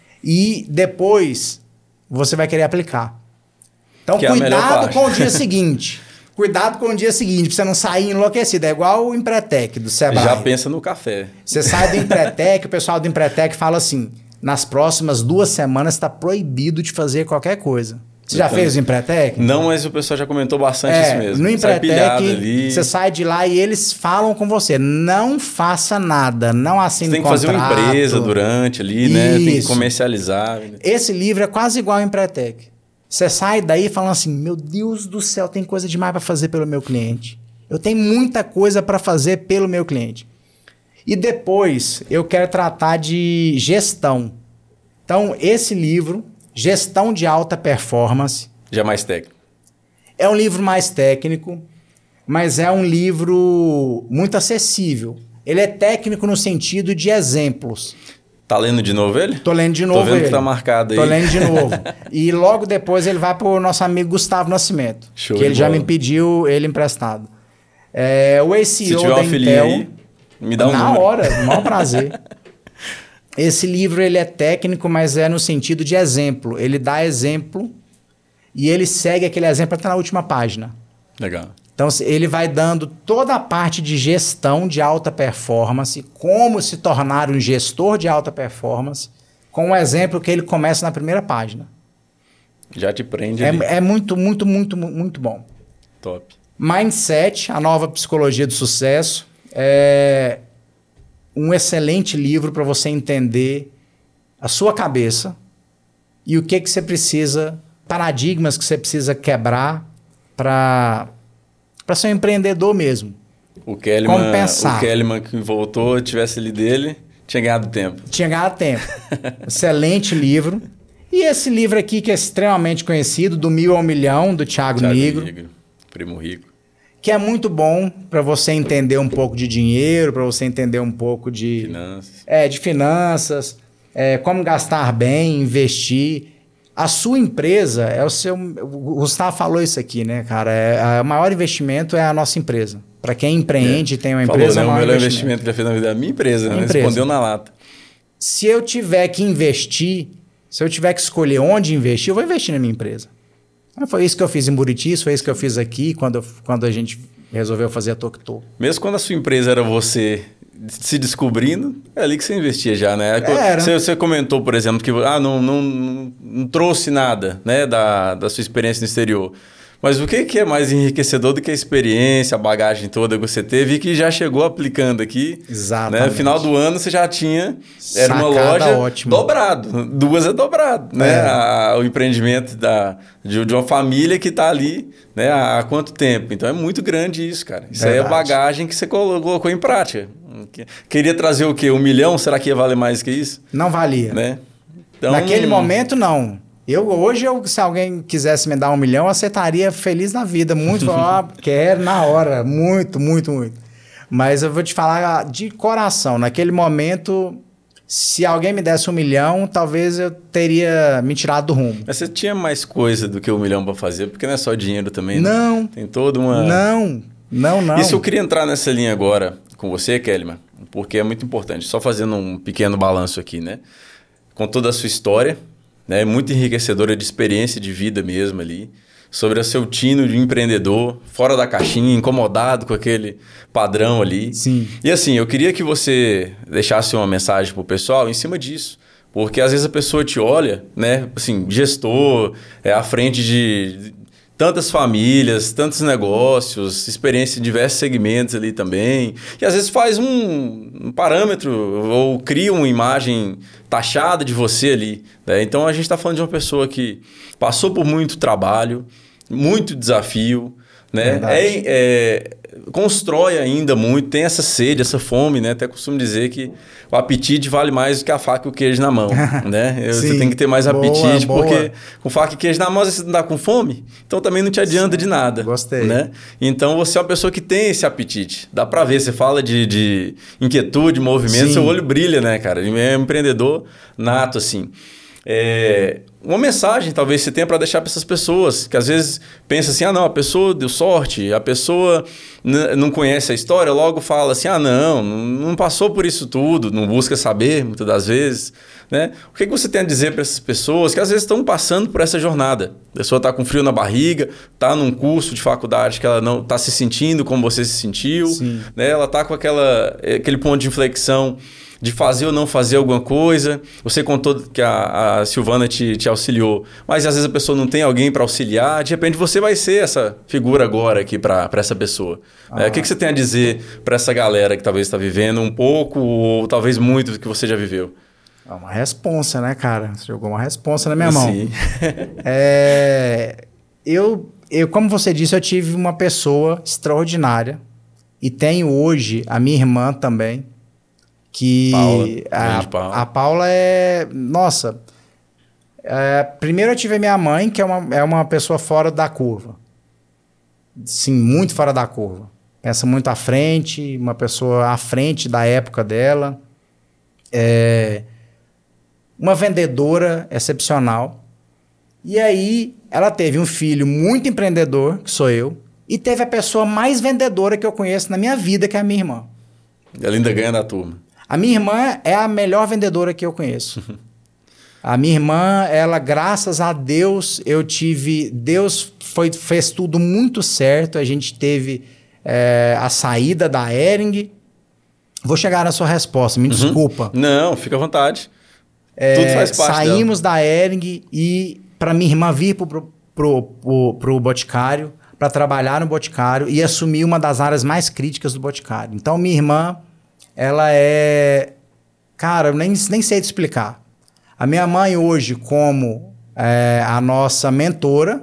E depois você vai querer aplicar. Então, cuidado com o dia seguinte. Cuidado com o dia seguinte, pra você não sair enlouquecido. É igual o Empretec do Sebrae. Já pensa no café. Você sai do Empretec, o pessoal do Empretec fala assim, nas próximas 2 semanas está proibido de fazer qualquer coisa. Você já fez o Empretec? Não, mas o pessoal já comentou bastante isso mesmo. No Empretec, você sai de lá e eles falam com você. Não faça nada, não assine contrato. Você tem que fazer uma empresa durante ali, né? Tem que comercializar. Esse livro é quase igual ao Empretec. Você sai daí falando assim, meu Deus do céu, tem coisa demais para fazer pelo meu cliente. Eu tenho muita coisa para fazer pelo meu cliente. E depois eu quero tratar de gestão. Então, esse livro, Gestão de Alta Performance... Já é mais técnico. É um livro mais técnico, mas é um livro muito acessível. Ele é técnico no sentido de exemplos. Tá lendo de novo ele? Tô lendo de novo ele. Tô vendo que tá marcado aí. Tô lendo de novo. E logo depois ele vai pro nosso amigo Gustavo Nascimento. Show que ele de já bola. me pediu ele emprestado. O ACO Se tiver da uma filhinha Intel... aí, me dá um Na número. hora, maior prazer. Esse livro ele é técnico, mas é no sentido de exemplo. Ele dá exemplo e ele segue aquele exemplo até na última página. Legal. Então, ele vai dando toda a parte de gestão de alta performance, como se tornar um gestor de alta performance, com um exemplo que ele começa na primeira página. Já te prende ali. É muito, muito, muito, muito bom. Top. Mindset, a nova psicologia do sucesso, é um excelente livro para você entender a sua cabeça e o que você precisa, paradigmas que você precisa quebrar para ser um empreendedor mesmo. O Kellyman, Como pensar. O Kellyman que voltou, tivesse lido dele, tinha ganhado tempo. Tinha ganhado tempo. Excelente livro. E esse livro aqui, que é extremamente conhecido, Do 1000 ao Milhão, do Thiago Nigro. Primo Rico. Que é muito bom para você entender um pouco de dinheiro, para você entender um pouco de Finanças. De finanças, como gastar bem, investir. A sua empresa é o seu... O Gustavo falou isso aqui, né, cara? O maior investimento é a nossa empresa. Para quem empreende e tem uma empresa, Falou, né? é O melhor investimento que ele fez na vida é a minha empresa, né? Respondeu na lata. Se eu tiver que investir, se eu tiver que escolher onde investir, eu vou investir na minha empresa. Foi isso que eu fiz em Buriti, foi isso que eu fiz aqui, quando a gente resolveu fazer a Tocto. Mesmo quando a sua empresa era você se descobrindo, é ali que você investia já, né? Era. Você comentou, por exemplo, que não trouxe nada, né, da sua experiência no exterior. Mas o que é mais enriquecedor do que a experiência, a bagagem toda que você teve e que já chegou aplicando aqui? Exatamente. Né? No final do ano você já tinha... Era uma loja ótima. dobrado. 2 é dobrado, né? O empreendimento de uma família que está ali, né? Há quanto tempo? Então é muito grande isso, cara. Isso aí é bagagem que você colocou em prática. Queria trazer o quê? 1 milhão? Será que ia valer mais que isso? Não valia. Né? Então, Naquele momento, não. Hoje, se alguém quisesse me dar 1 milhão, eu aceitaria feliz na vida. Muito, quero na hora. Muito, muito, muito. Mas eu vou te falar de coração. Naquele momento, se alguém me desse 1 milhão, talvez eu teria me tirado do rumo. Mas você tinha mais coisa do que 1 milhão para fazer, porque não é só dinheiro também, né? Não. Tem toda uma... Não. Isso eu queria entrar nessa linha agora com você, Kellyman, porque é muito importante. Só fazendo um pequeno balanço aqui, né? Com toda a sua história, né? Muito enriquecedora de experiência de vida mesmo ali, sobre o seu tino de empreendedor, fora da caixinha, incomodado com aquele padrão ali. Sim. E assim, eu queria que você deixasse uma mensagem pro pessoal em cima disso. Porque às vezes a pessoa te olha, né? Assim, gestor, à frente tantas famílias, tantos negócios, experiência em diversos segmentos ali também. E às vezes faz um parâmetro ou cria uma imagem taxada de você ali, né? Então a gente está falando de uma pessoa que passou por muito trabalho, muito desafio, né? Constrói ainda muito, tem essa sede, essa fome, né? Até costumo dizer que o apetite vale mais do que a faca e o queijo na mão, né? Você tem que ter mais apetite, porque com faca e queijo na mão você não dá com fome, então também não te adianta de nada. Gostei. Né? Então você é uma pessoa que tem esse apetite, dá pra ver, você fala de inquietude, movimento, seu olho brilha, né, cara? Ele é um empreendedor nato, assim. Uma mensagem talvez você tenha para deixar para essas pessoas que às vezes pensam assim, não, a pessoa deu sorte, a pessoa não conhece a história, logo fala assim, não passou por isso tudo, não busca saber muitas das vezes, né? O que você tem a dizer para essas pessoas que às vezes estão passando por essa jornada? A pessoa está com frio na barriga, está num curso de faculdade que ela não está se sentindo como você se sentiu, né? Ela está com aquele ponto de inflexão de fazer ou não fazer alguma coisa. Você contou que a Silvana te auxiliou, mas às vezes a pessoa não tem alguém para auxiliar. De repente você vai ser essa figura agora aqui para essa pessoa. O que você tem a dizer para essa galera que talvez está vivendo um pouco ou talvez muito do que você já viveu? É uma responsa, né, cara? Você jogou uma responsa na minha mão. Sim. Eu, como você disse, eu tive uma pessoa extraordinária e tenho hoje a minha irmã também, que a Paula é... Nossa, primeiro eu tive a minha mãe, que é uma pessoa fora da curva. Sim, muito fora da curva. Pensa muito à frente, uma pessoa à frente da época dela. Uma vendedora excepcional. E aí ela teve um filho muito empreendedor, que sou eu, e teve a pessoa mais vendedora que eu conheço na minha vida, que é a minha irmã. Ela ainda ganha da turma. A minha irmã é a melhor vendedora que eu conheço. A minha irmã, ela, graças a Deus, Deus fez tudo muito certo. A gente teve a saída da Hering. Vou chegar na sua resposta, me desculpa. Não, fica à vontade. Tudo faz parte saímos da Hering e para minha irmã vir pro Boticário, para trabalhar no Boticário e assumir uma das áreas mais críticas do Boticário. Então, minha irmã, ela é... Cara, eu nem sei te explicar. A minha mãe hoje, como a nossa mentora,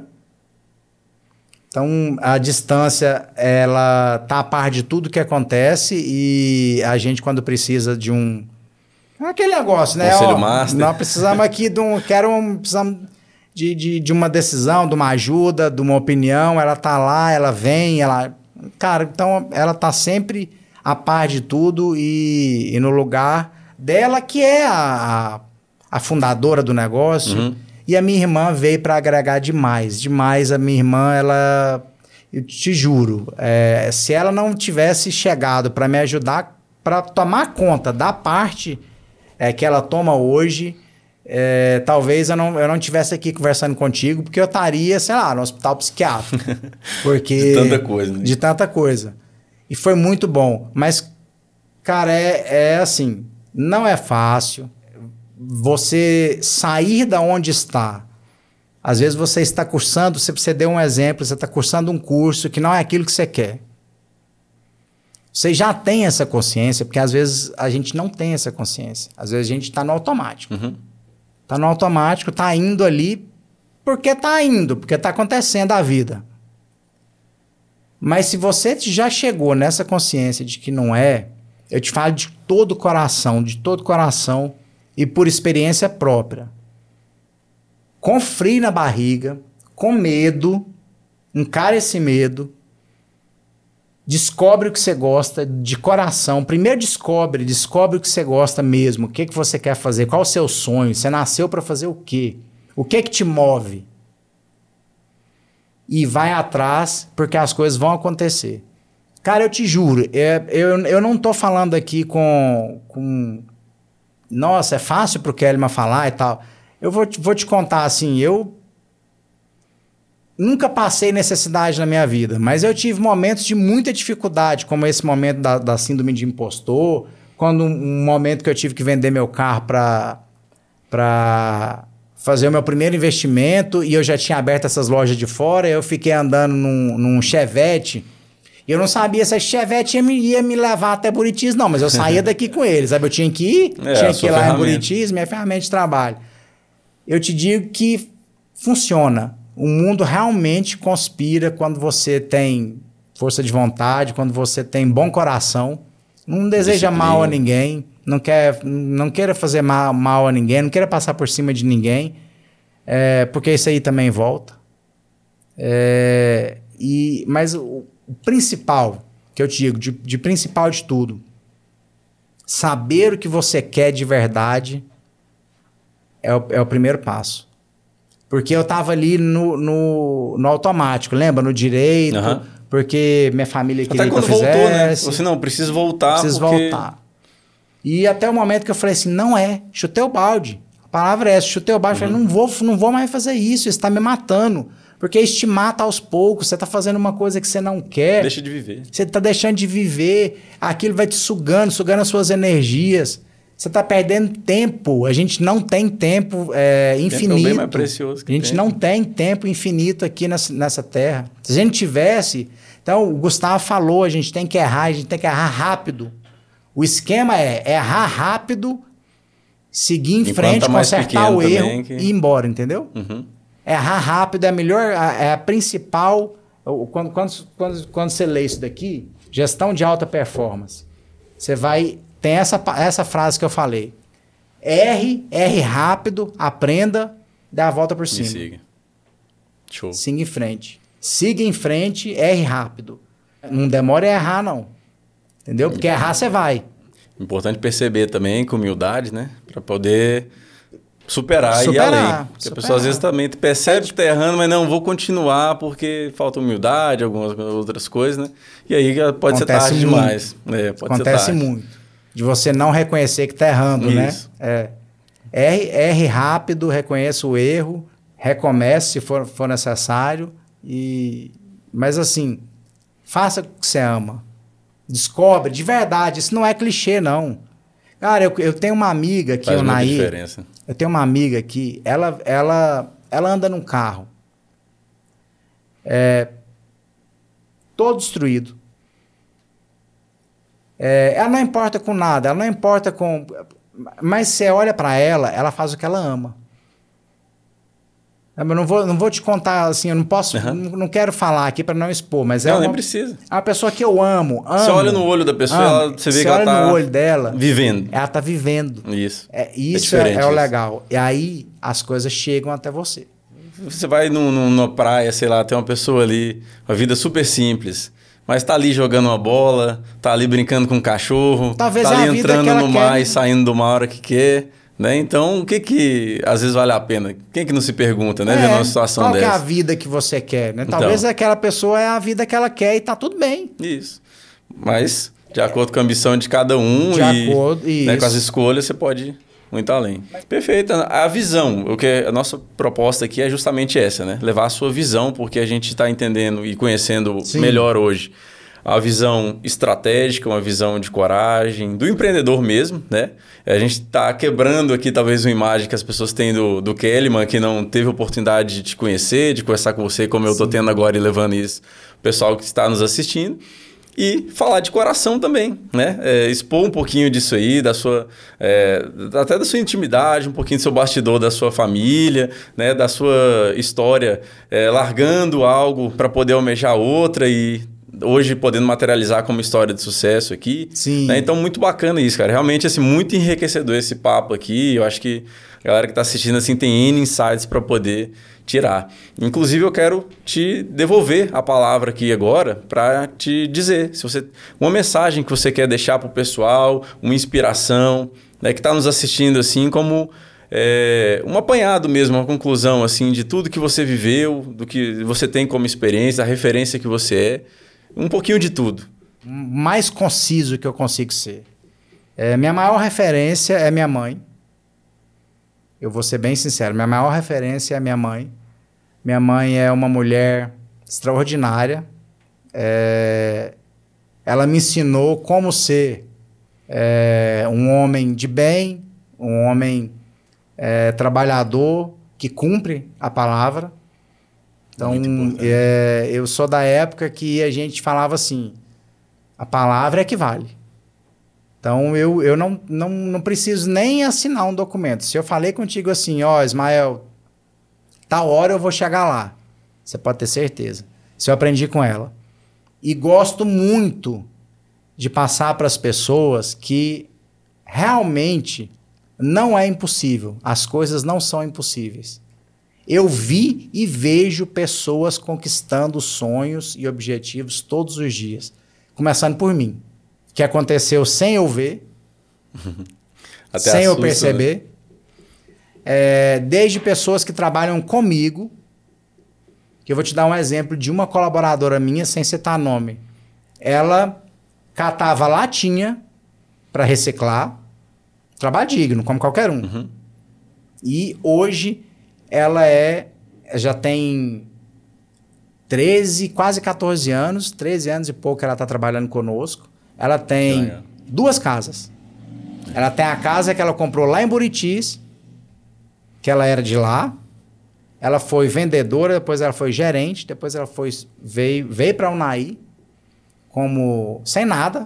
então a distância, ela tá a par de tudo que acontece e a gente, quando precisa de aquele negócio, né? Conselho Master. Nós precisamos aqui precisamos de uma decisão, de uma ajuda, de uma opinião. Ela tá lá, ela vem, Cara, então ela tá sempre a par de tudo e no lugar dela, que é a fundadora do negócio. E a minha irmã veio para agregar demais. Demais. A minha irmã, eu te juro, se ela não tivesse chegado para me ajudar, para tomar conta da parte que ela toma hoje, talvez eu não estivesse aqui conversando contigo, porque eu estaria, sei lá, no hospital psiquiátrico. Porque, de tanta coisa, né? De tanta coisa. E foi muito bom. Mas, cara, assim, não é fácil você sair da onde está. Às vezes você está cursando, você deu um exemplo, você está cursando um curso que não é aquilo que você quer. Você já tem essa consciência, porque às vezes a gente não tem essa consciência. Às vezes a gente está no automático. Está no automático, está indo ali porque está acontecendo a vida. Mas se você já chegou nessa consciência de que não é, eu te falo de todo coração e por experiência própria. Com frio na barriga, com medo, encara esse medo, descobre o que você gosta de coração. Primeiro descobre o que você gosta mesmo, o que você quer fazer, qual o seu sonho, você nasceu para fazer o quê? O que te move? E vai atrás, porque as coisas vão acontecer. Cara, eu te juro, eu não tô falando aqui com... Nossa, é fácil pro Kellyman falar e tal. Eu vou te contar assim, eu nunca passei necessidade na minha vida, mas eu tive momentos de muita dificuldade, como esse momento da síndrome de impostor, quando um momento que eu tive que vender meu carro para fazer o meu primeiro investimento e eu já tinha aberto essas lojas de fora. Eu fiquei andando num Chevette. E eu não sabia se a Chevette ia me levar até Buritis, não. Mas eu saía daqui com ele, sabe? Eu tinha que ir, tinha que ir lá em Buritis, minha ferramenta de trabalho. Eu te digo que funciona. O mundo realmente conspira quando você tem força de vontade, quando você tem bom coração. Não deseja mal a ninguém, não queira fazer mal a ninguém, não queira passar por cima de ninguém, porque isso aí também volta. Mas o principal, que eu te digo, de principal de tudo, saber o que você quer de verdade é o primeiro passo. Porque eu estava ali no automático, lembra? No direito, porque minha família queria que eu fizesse. Até quando voltou, né? Você não, preciso voltar. Preciso voltar. E até o momento que eu falei assim, não chutei o balde. A palavra é essa, chutei o balde. Falei, não vou mais fazer isso está me matando. Porque isso te mata aos poucos, você está fazendo uma coisa que você não quer. Deixa de viver. Você está deixando de viver, aquilo vai te sugando as suas energias. Você está perdendo tempo. A gente não tem tempo infinito. Tempo é bem mais precioso que a gente não tem tempo infinito aqui nessa terra. Se a gente tivesse... Então, o Gustavo falou, a gente tem que errar rápido. O esquema é errar rápido, seguir em frente, consertar o erro e ir embora, entendeu? Errar rápido é a melhor, é a principal... Quando você lê isso daqui, gestão de alta performance, você vai... Tem essa frase que eu falei. Erre rápido, aprenda, dá a volta por cima. E siga. Show. Siga em frente. Siga em frente, erre rápido. Não demora a errar, não. Entendeu? Porque errar você vai. Importante perceber também, com humildade, né? Para poder superar e ir além. Porque a pessoa às vezes também percebe que está errando, mas não, vou continuar porque falta humildade, algumas outras coisas, né? E aí pode ser tarde demais. Acontece muito. De você não reconhecer que está errando, isso, né? Erre rápido, reconheça o erro, recomece se for necessário. Mas assim, faça o que você ama. Descobre, de verdade. Isso não é clichê, não. Cara, eu tenho uma amiga aqui, o Naí. Eu tenho uma amiga aqui, ela anda num carro. Todo destruído. Ela não importa com nada, ela não importa com... Mas você olha para ela faz o que ela ama. Eu não vou te contar, assim, eu não posso... Não quero falar aqui para não expor, mas nem precisa. É uma pessoa que eu amo. Você olha no olho da pessoa, você vê que ela tá... no olho dela... Vivendo. Ela tá vivendo. Isso. Isso é o legal. E aí as coisas chegam até você. Você vai numa praia, sei lá, tem uma pessoa ali, uma vida super simples... Mas tá ali jogando uma bola, tá ali brincando com um cachorro, talvez tá ali entrando no mar quer. E saindo do mar a hora que quer, né? Então, o que às vezes vale a pena? Quem que não se pergunta, né? Vendo uma situação dessa. Qual que é a vida que você quer, né? Talvez aquela pessoa é a vida que ela quer e tá tudo bem. Isso. Mas, de acordo com a ambição de cada um né, com as escolhas, você pode ir muito além. Perfeito. A visão, a nossa proposta aqui é justamente essa, né? Levar a sua visão, porque a gente está entendendo e conhecendo melhor hoje a visão estratégica, uma visão de coragem, do empreendedor mesmo, né? A gente está quebrando aqui talvez uma imagem que as pessoas têm do Kellyman, que não teve oportunidade de te conhecer, de conversar com você, como eu estou tendo agora e levando isso o pessoal que está nos assistindo. E falar de coração também, né? Expor um pouquinho disso aí, até da sua intimidade, um pouquinho do seu bastidor, da sua família, né? Da sua história, largando algo para poder almejar outra e hoje podendo materializar como história de sucesso aqui. Sim. Né? Então, muito bacana isso, cara. Realmente, assim, muito enriquecedor esse papo aqui. Eu acho que a galera que está assistindo assim, tem N insights para poder tirar. Inclusive, eu quero te devolver a palavra aqui agora para te dizer uma mensagem que você quer deixar para o pessoal, uma inspiração, né, que está nos assistindo assim como um apanhado mesmo, uma conclusão assim de tudo que você viveu, do que você tem como experiência, a referência que você um pouquinho de tudo. Mais conciso que eu consigo ser. Minha maior referência é minha mãe. Eu vou ser bem sincero, minha maior referência é minha mãe. Minha mãe é uma mulher extraordinária. Ela me ensinou como ser um homem de bem, um homem trabalhador, que cumpre a palavra. Então, eu sou da época que a gente falava assim, a palavra é que vale. Então, eu não preciso nem assinar um documento. Se eu falei contigo assim, ó, Ismael, tal hora eu vou chegar lá. Você pode ter certeza. Se eu aprendi com ela. E gosto muito de passar para as pessoas que realmente não é impossível. As coisas não são impossíveis. Eu vi e vejo pessoas conquistando sonhos e objetivos todos os dias. Começando por mim. Que aconteceu sem eu ver, sem eu perceber. Né? Desde pessoas que trabalham comigo, que eu vou te dar um exemplo de uma colaboradora minha, sem citar nome. Ela catava latinha para reciclar, trabalho digno, como qualquer um. Uhum. E hoje ela já tem 13, quase 14 anos, 13 anos e pouco ela está trabalhando conosco. Ela tem 2 casas. Ela tem a casa que ela comprou lá em Buritis, que ela era de lá. Ela foi vendedora, depois ela foi gerente, depois ela veio para a Unai sem nada,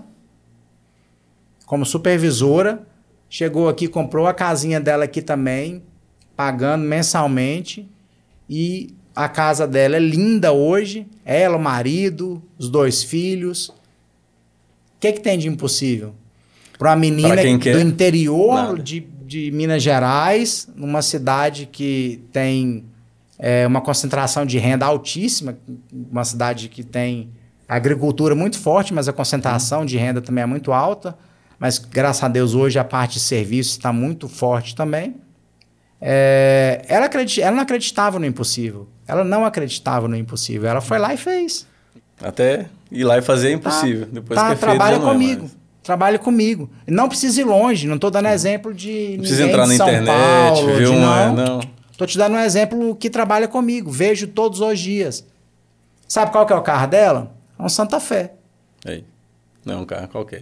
como supervisora. Chegou aqui, comprou a casinha dela aqui também, pagando mensalmente. E a casa dela é linda hoje. Ela, o marido, os 2 filhos. O que tem de impossível? Para uma menina do interior de Minas Gerais, numa cidade que tem uma concentração de renda altíssima, uma cidade que tem agricultura muito forte, mas a concentração de renda também é muito alta. Mas, graças a Deus, hoje a parte de serviços está muito forte também. Ela não acreditava no impossível. Ela não acreditava no impossível. Ela foi lá e fez. Até ir lá e fazer é impossível. Depois que é feito, trabalha comigo. Trabalhe comigo. Não precisa ir longe. Não estou dando exemplo de não precisa entrar na internet, ver não. Estou te dando um exemplo que trabalha comigo. Vejo todos os dias. Sabe qual que é o carro dela? É um Santa Fé. Não é um carro qualquer.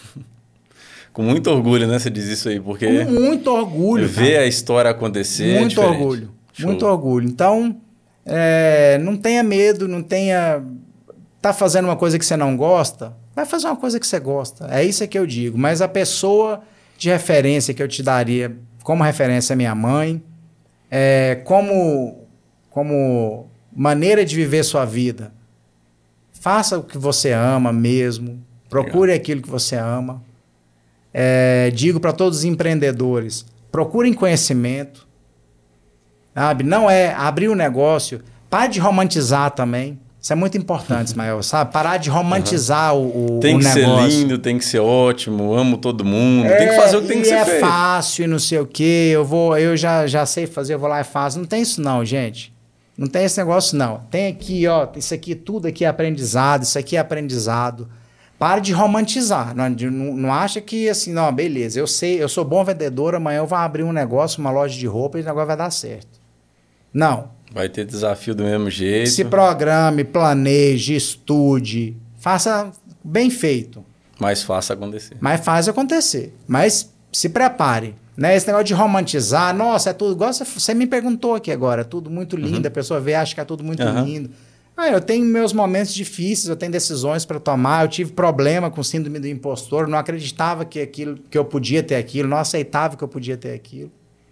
Com muito orgulho, né? Você diz isso aí, porque... Com muito orgulho. Ver a história acontecer muito orgulho. Show. Muito orgulho. Então, não tenha medo, não tenha... Tá fazendo uma coisa que você não gosta? Vai fazer uma coisa que você gosta. É isso que eu digo. Mas a pessoa de referência que eu te daria como referência é minha mãe. Como maneira de viver sua vida. Faça o que você ama mesmo. Procure aquilo que você ama. Digo para todos os empreendedores, procurem conhecimento. Sabe? Não abrir o negócio. Pare de romantizar também. Isso é muito importante, Ismael, sabe? Parar de romantizar o negócio. Tem que ser lindo, tem que ser ótimo, amo todo mundo, tem que fazer o que tem que ser feito. É fácil e não sei o quê, eu já sei fazer, eu vou lá e faço. Não tem isso não, gente. Não tem esse negócio não. Tem aqui, ó, isso aqui, tudo aqui é aprendizado, isso aqui é aprendizado. Pare de romantizar. Não acha que assim, não, beleza, eu sou bom vendedor, amanhã eu vou abrir um negócio, uma loja de roupa e o negócio vai dar certo. Não. Vai ter desafio do mesmo jeito. Se programe, planeje, estude, faça bem feito. Mas faça acontecer. Mas se prepare. Né? Esse negócio de romantizar, nossa, é tudo igual você me perguntou aqui agora, é tudo muito lindo, a pessoa vê, acha que é tudo muito lindo. Eu tenho meus momentos difíceis, eu tenho decisões para tomar, eu tive problema com síndrome do impostor, não acreditava que eu podia ter aquilo, não aceitava que eu podia ter aquilo.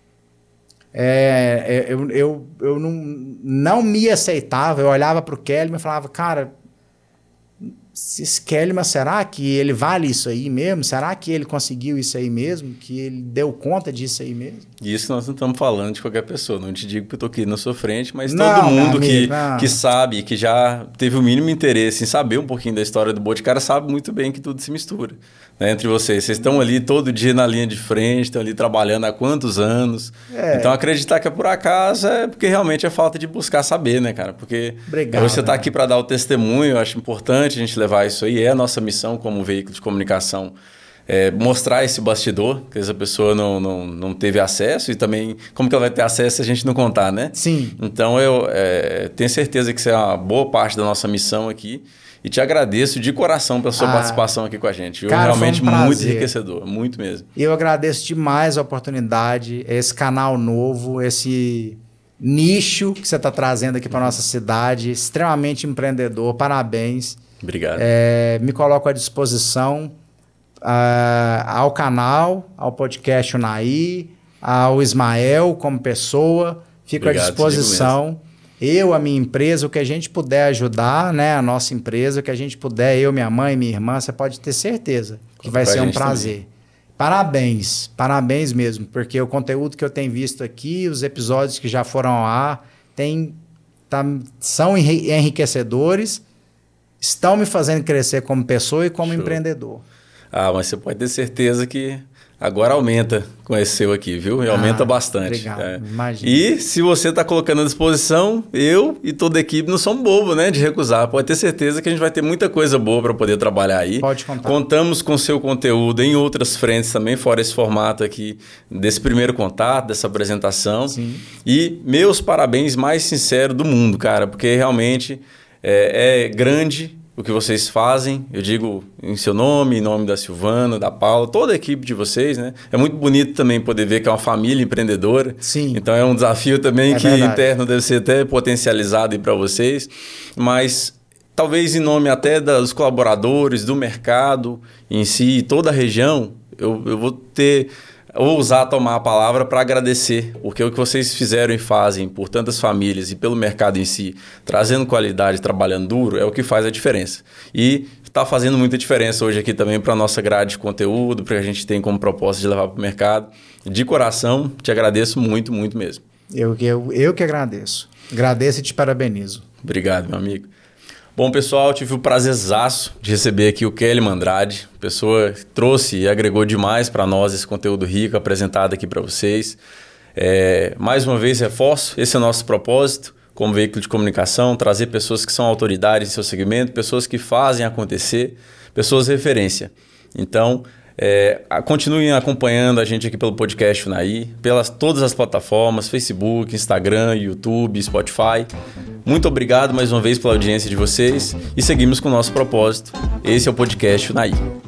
Eu não me aceitava, eu olhava para o Kelly e falava, cara, esse Kelly, mas será que ele vale isso aí mesmo? Será que ele conseguiu isso aí mesmo? Que ele deu conta disso aí mesmo? Isso nós não estamos falando de qualquer pessoa, não te digo que eu estou aqui na sua frente, mas todo mundo que sabe, que já teve o mínimo interesse em saber um pouquinho da história do Boticário sabe muito bem que tudo se mistura, né, entre vocês. Vocês estão ali todo dia na linha de frente, estão ali trabalhando há quantos anos. Então acreditar que é por acaso é porque realmente é falta de buscar saber, né, cara? Porque hoje você está aqui para dar o testemunho, eu acho importante a gente levar isso aí, é a nossa missão como veículo de comunicação, mostrar esse bastidor, que essa pessoa não teve acesso e também, como que ela vai ter acesso se a gente não contar, né? Sim. Então eu tenho certeza que isso é uma boa parte da nossa missão aqui e te agradeço de coração pela sua participação aqui com a gente. Cara, realmente muito enriquecedor, muito mesmo. E eu agradeço demais a oportunidade, esse canal novo, nicho que você está trazendo aqui para nossa cidade, extremamente empreendedor, parabéns. Obrigado. Me coloco à disposição ao canal, ao podcast Unai, ao Ismael como pessoa, fico à disposição. Eu, a minha empresa, o que a gente puder ajudar, né? A nossa empresa, o que a gente puder, eu, minha mãe, minha irmã, você pode ter certeza que vai ser um prazer. Também. Parabéns mesmo, porque o conteúdo que eu tenho visto aqui, os episódios que já foram ao ar, são enriquecedores, estão me fazendo crescer como pessoa e como empreendedor. Mas você pode ter certeza que agora aumenta com esse seu aqui, viu? E aumenta bastante. Obrigado, imagina. E se você está colocando à disposição, eu e toda a equipe não somos bobos, né? De recusar. Pode ter certeza que a gente vai ter muita coisa boa para poder trabalhar aí. Pode contar. Contamos com seu conteúdo em outras frentes também, fora esse formato aqui, desse primeiro contato, dessa apresentação. Sim. E meus parabéns mais sinceros do mundo, cara, porque realmente é grande o que vocês fazem, eu digo em seu nome, em nome da Silvana, da Paula, toda a equipe de vocês, né? É muito bonito também poder ver que é uma família empreendedora. Sim. Então é um desafio também que verdade. interno deve ser até potencializado aí para vocês, mas talvez em nome até dos colaboradores, do mercado em si, toda a região, eu vou ousar tomar a palavra para agradecer, porque o que vocês fizeram e fazem por tantas famílias e pelo mercado em si, trazendo qualidade, trabalhando duro, é o que faz a diferença. E está fazendo muita diferença hoje aqui também para a nossa grade de conteúdo, para que a gente tem como proposta de levar para o mercado. De coração, te agradeço muito, muito mesmo. Eu que agradeço. Agradeço e te parabenizo. Obrigado, meu amigo. Bom, pessoal, tive o prazerzaço de receber aqui o Kelly Andrade, pessoa que trouxe e agregou demais para nós esse conteúdo rico apresentado aqui para vocês. Mais uma vez, reforço, esse é o nosso propósito como veículo de comunicação, trazer pessoas que são autoridades em seu segmento, pessoas que fazem acontecer, pessoas referência. Então, continuem acompanhando a gente aqui pelo podcast Unai, pelas todas as plataformas, Facebook, Instagram, YouTube, Spotify. Muito obrigado mais uma vez pela audiência de vocês e seguimos com o nosso propósito. Esse é o podcast Unai.